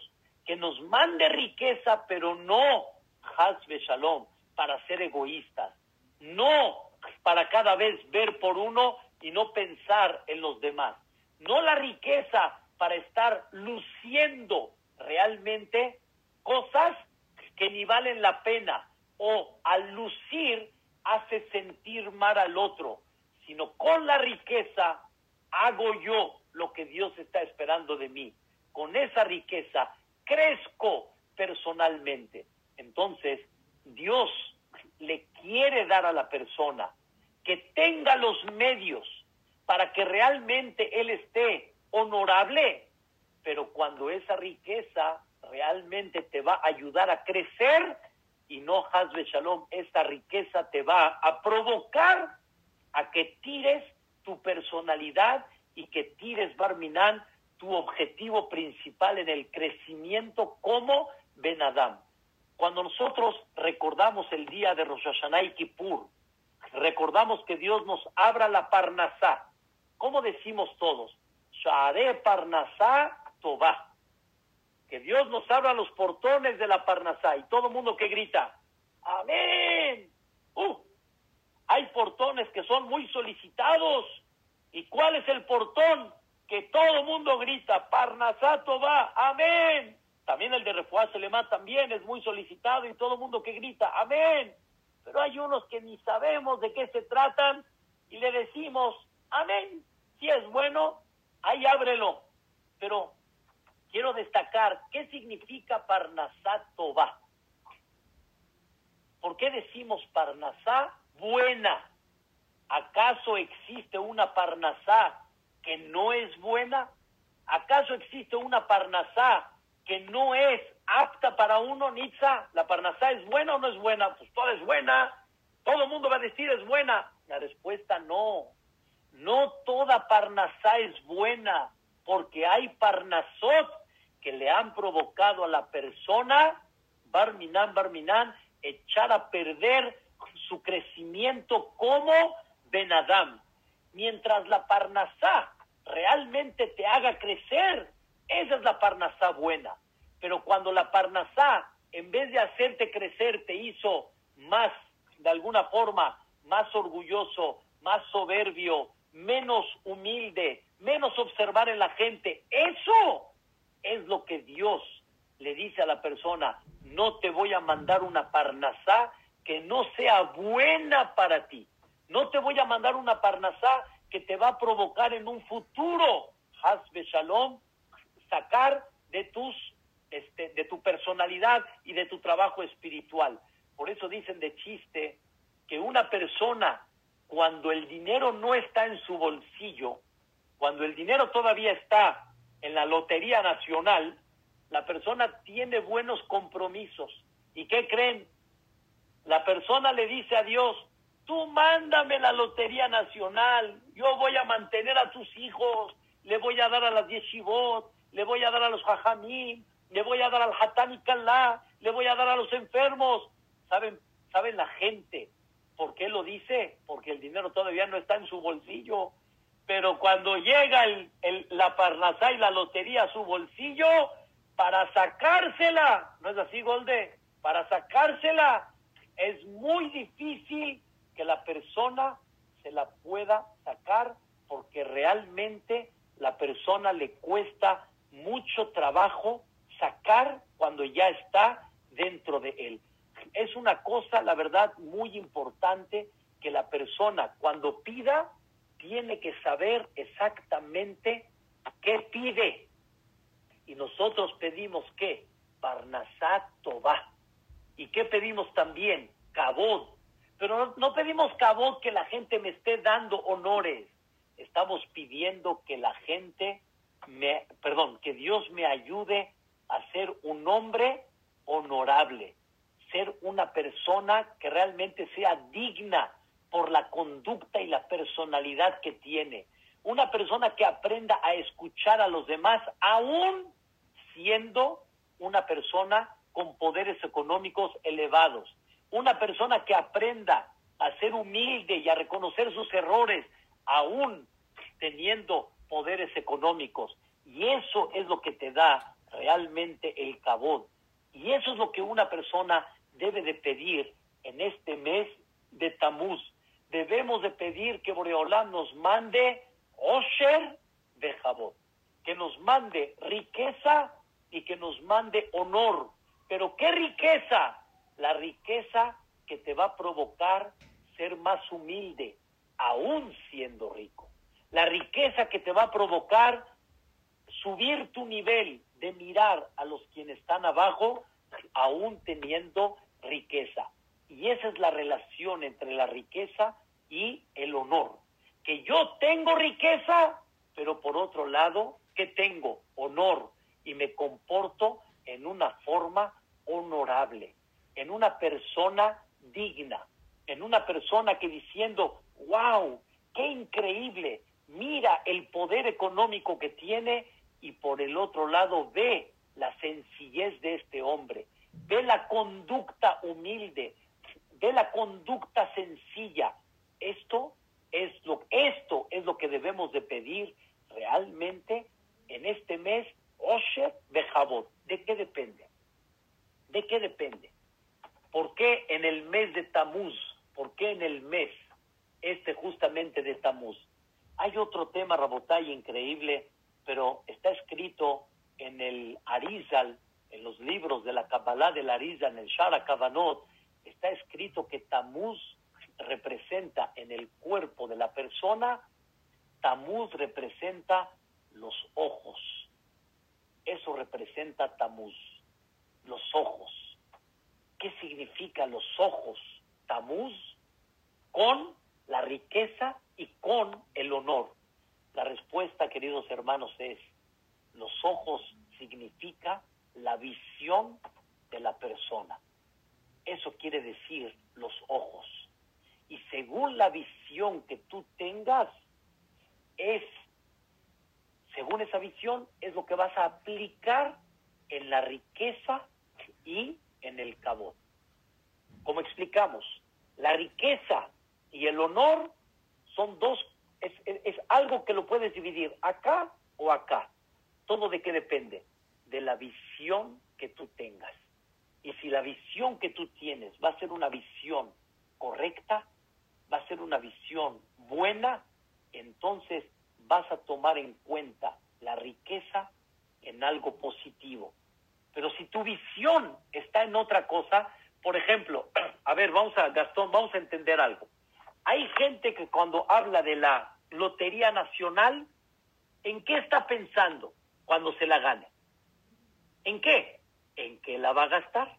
que nos mande riqueza, pero no, Haz Shalom, para ser egoístas, no para cada vez ver por uno y no pensar en los demás, no la riqueza para estar luciendo realmente cosas que ni valen la pena, o al lucir hace sentir mal al otro, sino con la riqueza hago yo lo que Dios está esperando de mí. Con esa riqueza crezco personalmente. Entonces, Dios le quiere dar a la persona que tenga los medios para que realmente él esté honorable, pero cuando esa riqueza realmente te va a ayudar a crecer y no, Haz Shalom, esta riqueza te va a provocar a que tires tu personalidad y que tires, Barminan, tu objetivo principal en el crecimiento como Ben Adam. Cuando nosotros recordamos el día de Rosh Hashanah y Kippur, recordamos que Dios nos abra la Parnasá. ¿Cómo decimos todos? Sha'are Parnasá Tová. Que Dios nos abra los portones de la Parnasá. Y todo el mundo que grita, ¡Amén! Uh, hay portones que son muy solicitados. ¿Y cuál es el portón? Que todo el mundo grita, Parnasá Tová, ¡Amén! También el de Refuá Selemá también es muy solicitado y todo el mundo que grita, ¡Amén! Pero hay unos que ni sabemos de qué se tratan y le decimos, ¡Amén! Si es bueno, ahí ábrelo. Pero quiero destacar, ¿qué significa Parnasá Tová? ¿Por qué decimos Parnasá buena? ¿Acaso existe una Parnasá que no es buena? ¿Acaso existe una Parnasá que no es apta para uno, Nitza? ¿La Parnasá es buena o no es buena? Pues toda es buena. Todo el mundo va a decir es buena. La respuesta no. No toda Parnasá es buena, porque hay Parnasot que le han provocado a la persona, Barminan, Barminan, echar a perder su crecimiento como Ben Adam. Mientras la Parnasá realmente te haga crecer, esa es la Parnasá buena. Pero cuando la Parnasá, en vez de hacerte crecer, te hizo más, de alguna forma, más orgulloso, más soberbio, menos humilde, menos observar en la gente, eso es lo que Dios le dice a la persona, no te voy a mandar una Parnasá que no sea buena para ti. No te voy a mandar una Parnasá que te va a provocar en un futuro, Haz Shalom, sacar de tus este, de tu personalidad y de tu trabajo espiritual. Por eso dicen de chiste que una persona, cuando el dinero no está en su bolsillo, cuando el dinero todavía está en la Lotería Nacional, la persona tiene buenos compromisos. ¿Y qué creen? La persona le dice a Dios, tú mándame la Lotería Nacional, yo voy a mantener a tus hijos, le voy a dar a las yeshivot, le voy a dar a los jajamim, le voy a dar al hatán y kalá, le voy a dar a los enfermos. ¿Saben, ¿Saben la gente por qué lo dice? Porque el dinero todavía no está en su bolsillo. Pero cuando llega el, el, la Parnasá y la lotería a su bolsillo, para sacársela, ¿no es así, Golde? Para sacársela es muy difícil que la persona se la pueda sacar, porque realmente la persona le cuesta mucho trabajo sacar cuando ya está dentro de él. Es una cosa, la verdad, muy importante que la persona cuando pida tiene que saber exactamente qué pide. Y nosotros pedimos ¿qué? Parnasá Tová. ¿Y qué pedimos también? Kabod. Pero no, no pedimos kabod que la gente me esté dando honores. Estamos pidiendo que la gente, me, perdón, que Dios me ayude a ser un hombre honorable, ser una persona que realmente sea digna por la conducta y la personalidad que tiene. Una persona que aprenda a escuchar a los demás, aún siendo una persona con poderes económicos elevados. Una persona que aprenda a ser humilde y a reconocer sus errores, aún teniendo poderes económicos. Y eso es lo que te da realmente el kabod. Y eso es lo que una persona debe de pedir en este mes de Tamuz. Debemos de pedir que Boreolán nos mande Osher de Jabot, que nos mande riqueza y que nos mande honor. Pero ¿qué riqueza? La riqueza que te va a provocar ser más humilde, aún siendo rico. La riqueza que te va a provocar subir tu nivel de mirar a los quienes están abajo, aún teniendo riqueza. Y esa es la relación entre la riqueza y el honor. Que yo tengo riqueza, pero por otro lado, que tengo honor y me comporto en una forma honorable, en una persona digna, en una persona que diciendo, wow, qué increíble, mira el poder económico que tiene, y por el otro lado ve la sencillez de este hombre, ve la conducta humilde, ve la conducta sencilla. Esto es lo, esto es lo que debemos de pedir realmente en este mes, Osher Bejabot. ¿De qué depende? ¿De qué depende? ¿Por qué en el mes de Tamuz? ¿Por qué en el mes este justamente de Tamuz? Hay otro tema, Rabotay, increíble, pero está escrito en el Arizal, en los libros de la Kabbalah del Arizal, en el Shara Kavanot, está escrito que Tamuz representa en el cuerpo de la persona, Tamuz representa los ojos. Eso representa Tamuz, los ojos. ¿Qué significa los ojos? Tamuz, con la riqueza y con el honor. La respuesta, queridos hermanos, es: los ojos significa la visión de la persona. Eso quiere decir los ojos. Y según la visión que tú tengas, es, según esa visión, es lo que vas a aplicar en la riqueza y en el kabod. Como explicamos, la riqueza y el honor son dos, es, es, es algo que lo puedes dividir acá o acá. ¿Todo de qué depende? De la visión que tú tengas. Y si la visión que tú tienes va a ser una visión correcta, va a ser una visión buena, entonces vas a tomar en cuenta la riqueza en algo positivo. Pero si tu visión está en otra cosa, por ejemplo, a ver, vamos a, Gastón, vamos a entender algo. Hay gente que cuando habla de la Lotería Nacional, ¿en qué está pensando cuando se la gane? ¿En qué? ¿En qué la va a gastar?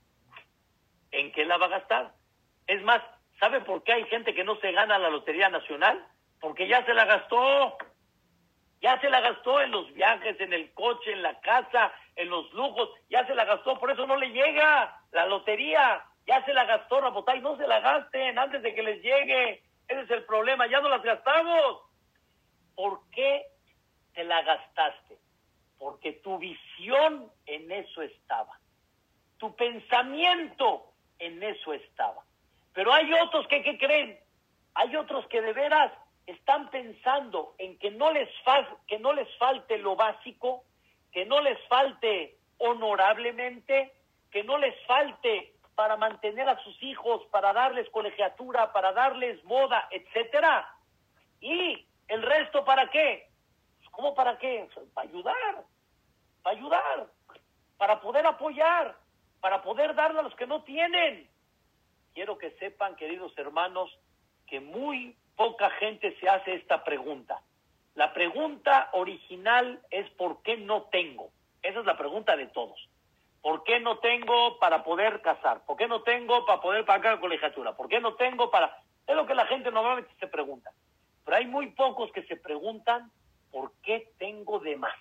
¿En qué la va a gastar? Es más, ¿sabe por qué hay gente que no se gana la Lotería Nacional? Porque ya se la gastó. Ya se la gastó en los viajes, en el coche, en la casa, en los lujos. Ya se la gastó, por eso no le llega la lotería. Ya se la gastó, Rabotay, no se la gasten antes de que les llegue. Ese es el problema, ya no las gastamos. ¿Por qué te la gastaste? Porque tu visión en eso estaba. Tu pensamiento en eso estaba. Pero hay otros que, ¿qué creen? Hay otros que de veras están pensando en que no les fa- que no les falte lo básico, que no les falte honorablemente, que no les falte para mantener a sus hijos, para darles colegiatura, para darles boda, etcétera. ¿Y el resto para qué? ¿Cómo para qué? Para ayudar, para ayudar, para poder apoyar, para poder darle a los que no tienen. Quiero que sepan, queridos hermanos, que muy poca gente se hace esta pregunta. La pregunta original es ¿por qué no tengo? Esa es la pregunta de todos. ¿Por qué no tengo para poder casar? ¿Por qué no tengo para poder pagar la colegiatura? ¿Por qué no tengo para...? Es lo que la gente normalmente se pregunta. Pero hay muy pocos que se preguntan ¿por qué tengo de más?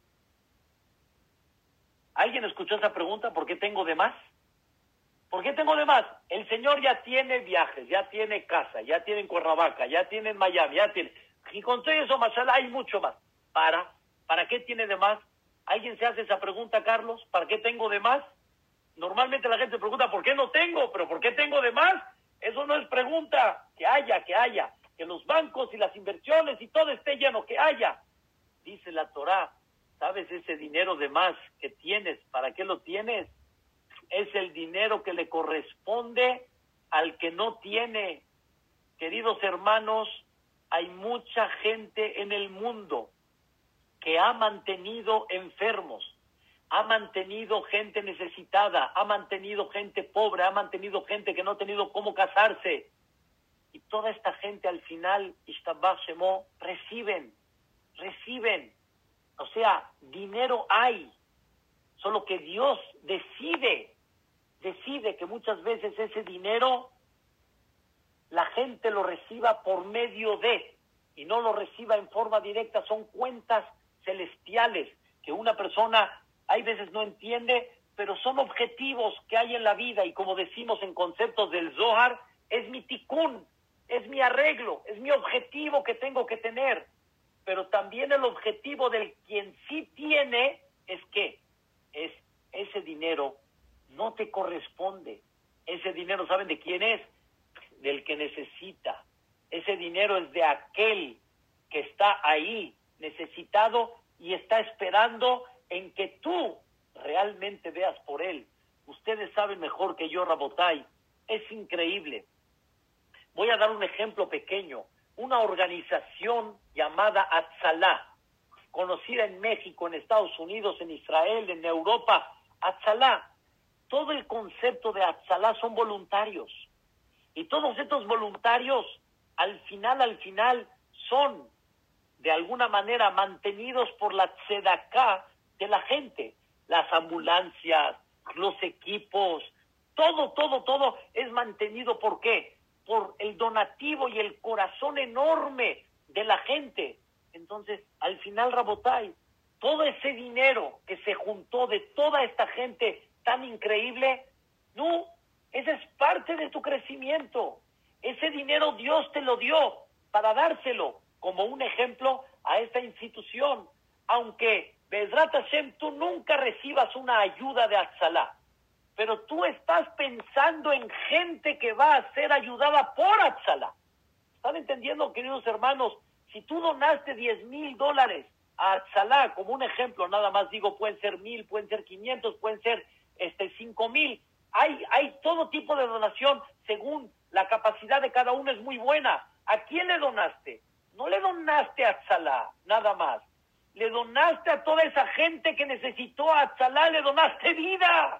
¿Alguien escuchó esa pregunta? ¿Por qué tengo de más? ¿Por qué tengo de más? El señor ya tiene viajes, ya tiene casa, ya tiene en Cuernavaca, ya tiene en Miami, ya tiene... Y con todo eso, mashallah, hay mucho más. ¿Para? ¿Para qué tiene de más? ¿Alguien se hace esa pregunta, Carlos? ¿Para qué tengo de más? Normalmente la gente se pregunta, ¿por qué no tengo? ¿Pero por qué tengo de más? Eso no es pregunta. Que haya, que haya. Que los bancos y las inversiones y todo esté lleno, que haya. Dice la Torá, ¿Sabes ese dinero de más que tienes? ¿Para qué lo tienes? Es el dinero que le corresponde al que no tiene. Queridos hermanos, hay mucha gente en el mundo que ha mantenido enfermos, ha mantenido gente necesitada, ha mantenido gente pobre, ha mantenido gente que no ha tenido cómo casarse. Y toda esta gente al final, Ishtabach Shemo, reciben, reciben. O sea, dinero hay, solo que Dios decide, decide que muchas veces ese dinero la gente lo reciba por medio de, y no lo reciba en forma directa. Son cuentas celestiales que una persona hay veces no entiende, pero son objetivos que hay en la vida, y como decimos en conceptos del Zohar, es mi tikkun, es mi arreglo, es mi objetivo que tengo que tener. Pero también el objetivo del quien sí tiene es que es ese dinero no te corresponde. Ese dinero, ¿saben de quién es? Del que necesita. Ese dinero es de aquel que está ahí necesitado y está esperando en que tú realmente veas por él. Ustedes saben mejor que yo, Rabotay, es increíble. Voy a dar un ejemplo pequeño. Una organización llamada Atzalá, conocida en México, en Estados Unidos, en Israel, en Europa. Atzalá, todo el concepto de Atzalá son voluntarios. Y todos estos voluntarios, al final, al final, son de alguna manera mantenidos por la tzedaká de la gente. Las ambulancias, los equipos, todo, todo, todo es mantenido. ¿Por qué? Por el donativo y el corazón enorme de la gente. Entonces, al final, Rabotay, todo ese dinero que se juntó de toda esta gente tan increíble, no, esa es parte de tu crecimiento. Ese dinero Dios te lo dio para dárselo como un ejemplo a esta institución. Aunque, Bezrat Hashem, tú nunca recibas una ayuda de Atzalá, pero tú estás pensando en gente que va a ser ayudada por Atzalá. ¿Están entendiendo, queridos hermanos? Si tú donaste diez mil dólares a Atzalá, como un ejemplo, nada más digo, pueden ser mil, pueden ser quinientos, pueden ser este cinco mil. Hay, hay todo tipo de donación según la capacidad de cada uno, es muy buena. ¿A quién le donaste? No le donaste a Atzalá, nada más. Le donaste a toda esa gente que necesitó a Atzalá, le donaste vida.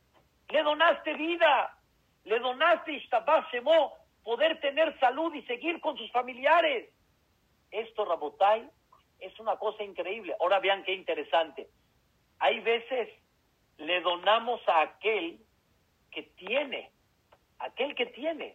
Le donaste vida, le donaste Ishtabach Shemo, poder tener salud y seguir con sus familiares. Esto, Rabotay, es una cosa increíble. Ahora vean qué interesante. Hay veces le donamos a aquel que tiene, aquel que tiene,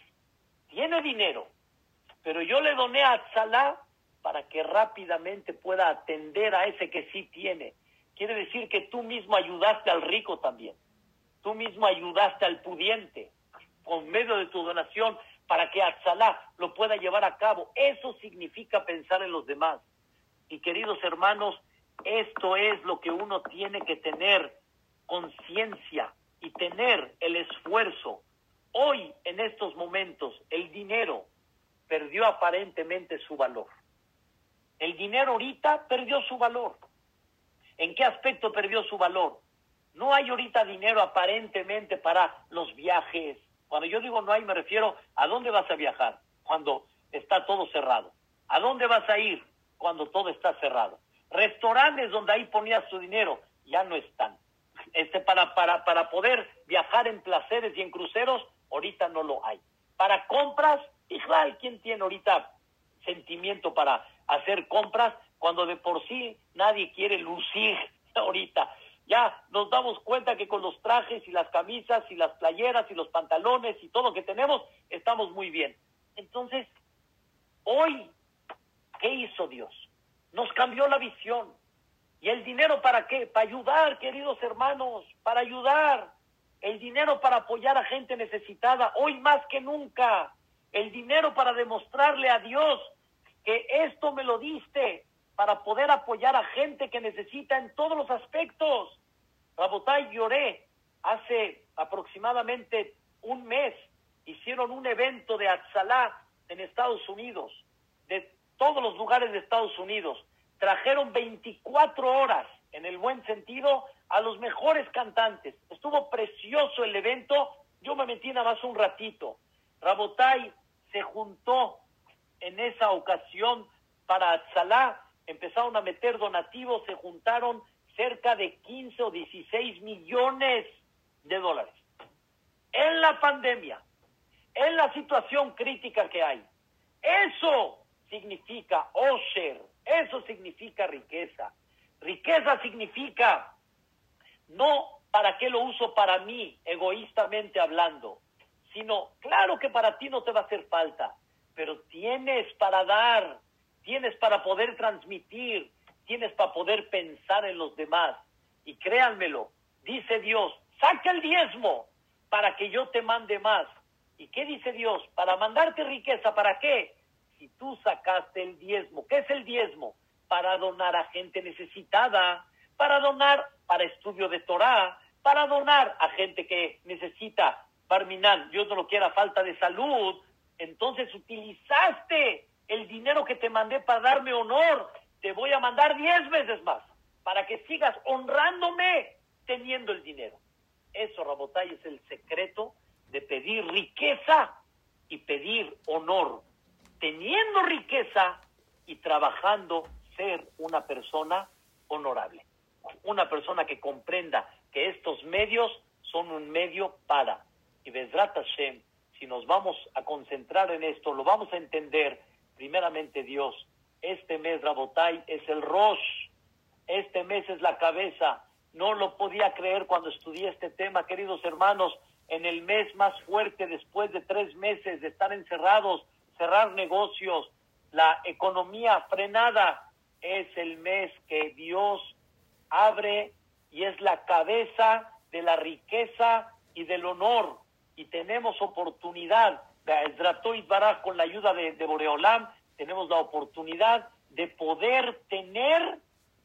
tiene dinero, pero yo le doné a Atzalá para que rápidamente pueda atender a ese que sí tiene. Quiere decir que tú mismo ayudaste al rico también. Tú mismo ayudaste al pudiente con medio de tu donación para que Atzalá lo pueda llevar a cabo. Eso significa pensar en los demás. Y queridos hermanos, esto es lo que uno tiene que tener conciencia y tener el esfuerzo. Hoy, en estos momentos, el dinero perdió aparentemente su valor. El dinero ahorita perdió su valor. ¿En qué aspecto perdió su valor? No hay ahorita dinero aparentemente para los viajes. Cuando yo digo no hay, me refiero a dónde vas a viajar cuando está todo cerrado. ¿A dónde vas a ir cuando todo está cerrado? Restaurantes donde ahí ponías tu dinero ya no están. Este, para, para, para poder viajar en placeres y en cruceros, ahorita no lo hay. Para compras, igual, ¿quién tiene ahorita sentimiento para hacer compras cuando de por sí nadie quiere lucir ahorita? Ya nos damos cuenta que con los trajes y las camisas y las playeras y los pantalones y todo lo que tenemos, estamos muy bien. Entonces, hoy, ¿qué hizo Dios? Nos cambió la visión. ¿Y el dinero para qué? Para ayudar, queridos hermanos, para ayudar. El dinero para apoyar a gente necesitada, hoy más que nunca. El dinero para demostrarle a Dios que esto me lo diste, para poder apoyar a gente que necesita en todos los aspectos. Rabotay, lloré hace aproximadamente un mes. Hicieron un evento de Atzalá en Estados Unidos, de todos los lugares de Estados Unidos. trajeron veinticuatro horas, en el buen sentido, a los mejores cantantes. Estuvo precioso el evento, yo me metí nada más un ratito. Rabotay se juntó en esa ocasión para Atzalá, empezaron a meter donativos, se juntaron cerca de quince o dieciséis millones de dólares. En la pandemia, en la situación crítica que hay. Eso significa osher, eso significa riqueza. Riqueza significa no para qué lo uso para mí, egoístamente hablando, sino claro que para ti no te va a hacer falta, pero tienes para dar, tienes para poder transmitir, tienes para poder pensar en los demás. Y créanmelo, dice Dios, saca el diezmo para que yo te mande más. ¿Y qué dice Dios? Para mandarte riqueza, ¿para qué? Si tú sacaste el diezmo, ¿qué es el diezmo? Para donar a gente necesitada, para donar para estudio de Torah, para donar a gente que necesita Barminan, Dios no lo quiera, falta de salud. Entonces utilizaste el dinero que te mandé para darme honor. Te voy a mandar diez veces más para que sigas honrándome teniendo el dinero. Eso, Rabotay, es el secreto de pedir riqueza y pedir honor. Teniendo riqueza y trabajando ser una persona honorable. Una persona que comprenda que estos medios son un medio para. Y Bezrat Hashem, si nos vamos a concentrar en esto, lo vamos a entender, primeramente Dios, este mes, Rabotay, es el Rosh, este mes es la cabeza. No lo podía creer cuando estudié este tema, queridos hermanos, en el mes más fuerte después de tres meses de estar encerrados, cerrar negocios, la economía frenada, es el mes que Dios abre y es la cabeza de la riqueza y del honor. Y tenemos oportunidad, con la ayuda de, de Boreolam, tenemos la oportunidad de poder tener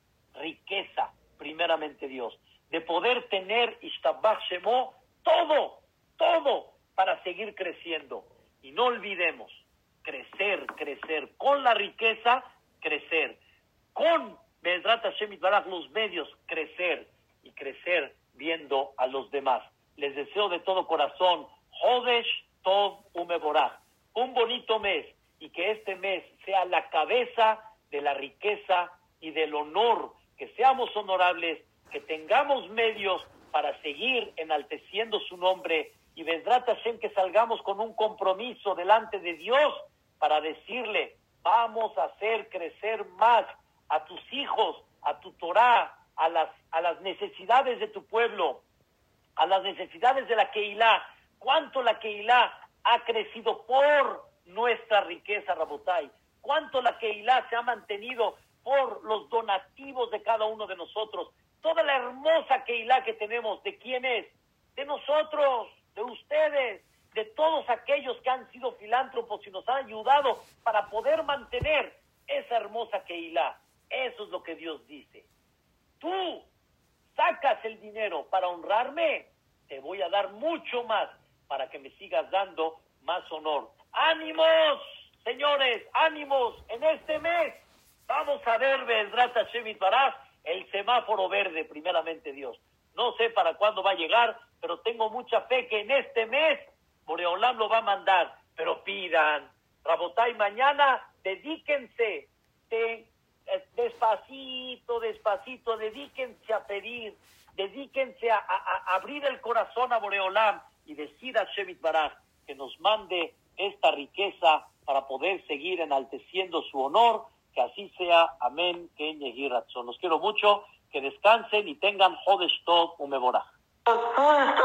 riqueza, primeramente Dios, de poder tener Ishtabach Shemo, todo, todo para seguir creciendo. Y no olvidemos, crecer, crecer, con la riqueza, crecer, con Bezrat Hashem Yitbaraj, los medios, crecer y crecer viendo a los demás. Les deseo de todo corazón, Hodesh Tov Umeboraj, un bonito mes, y que este mes sea la cabeza de la riqueza y del honor, que seamos honorables, que tengamos medios para seguir enalteciendo su nombre, y Bezrat Hashem, que salgamos con un compromiso delante de Dios para decirle, vamos a hacer crecer más a tus hijos, a tu Torah, a las, a las necesidades de tu pueblo, a las necesidades de la Keilah. Cuánto la Keilah ha crecido por nuestra riqueza, Rabotay. Cuánto la Keilah se ha mantenido por los donativos de cada uno de nosotros. Toda la hermosa Keilah que tenemos, ¿de quién es? De nosotros, de ustedes, de todos aquellos que han sido filántropos y nos han ayudado para poder mantener esa hermosa Keilah. Eso es lo que Dios dice. Tú sacas el dinero para honrarme, te voy a dar mucho más para que me sigas dando más honor. ¡Ánimos, señores! ¡Ánimos! En este mes vamos a ver, Bezrat Hashem Yitbaraj, el semáforo verde, primeramente Dios. No sé para cuándo va a llegar, pero tengo mucha fe que en este mes Boreolam lo va a mandar. Pero pidan, Rabotay, mañana dedíquense, de, despacito, despacito, dedíquense a pedir, dedíquense a, a, a abrir el corazón a Boreolam y decir a Hashem Yitbaraj que nos mande esta riqueza para poder seguir enalteciendo su honor. Que así sea. Amén. Ken Yehi Ratzon. Los quiero mucho. Que descansen y tengan Hodesh Tov Umeboraj.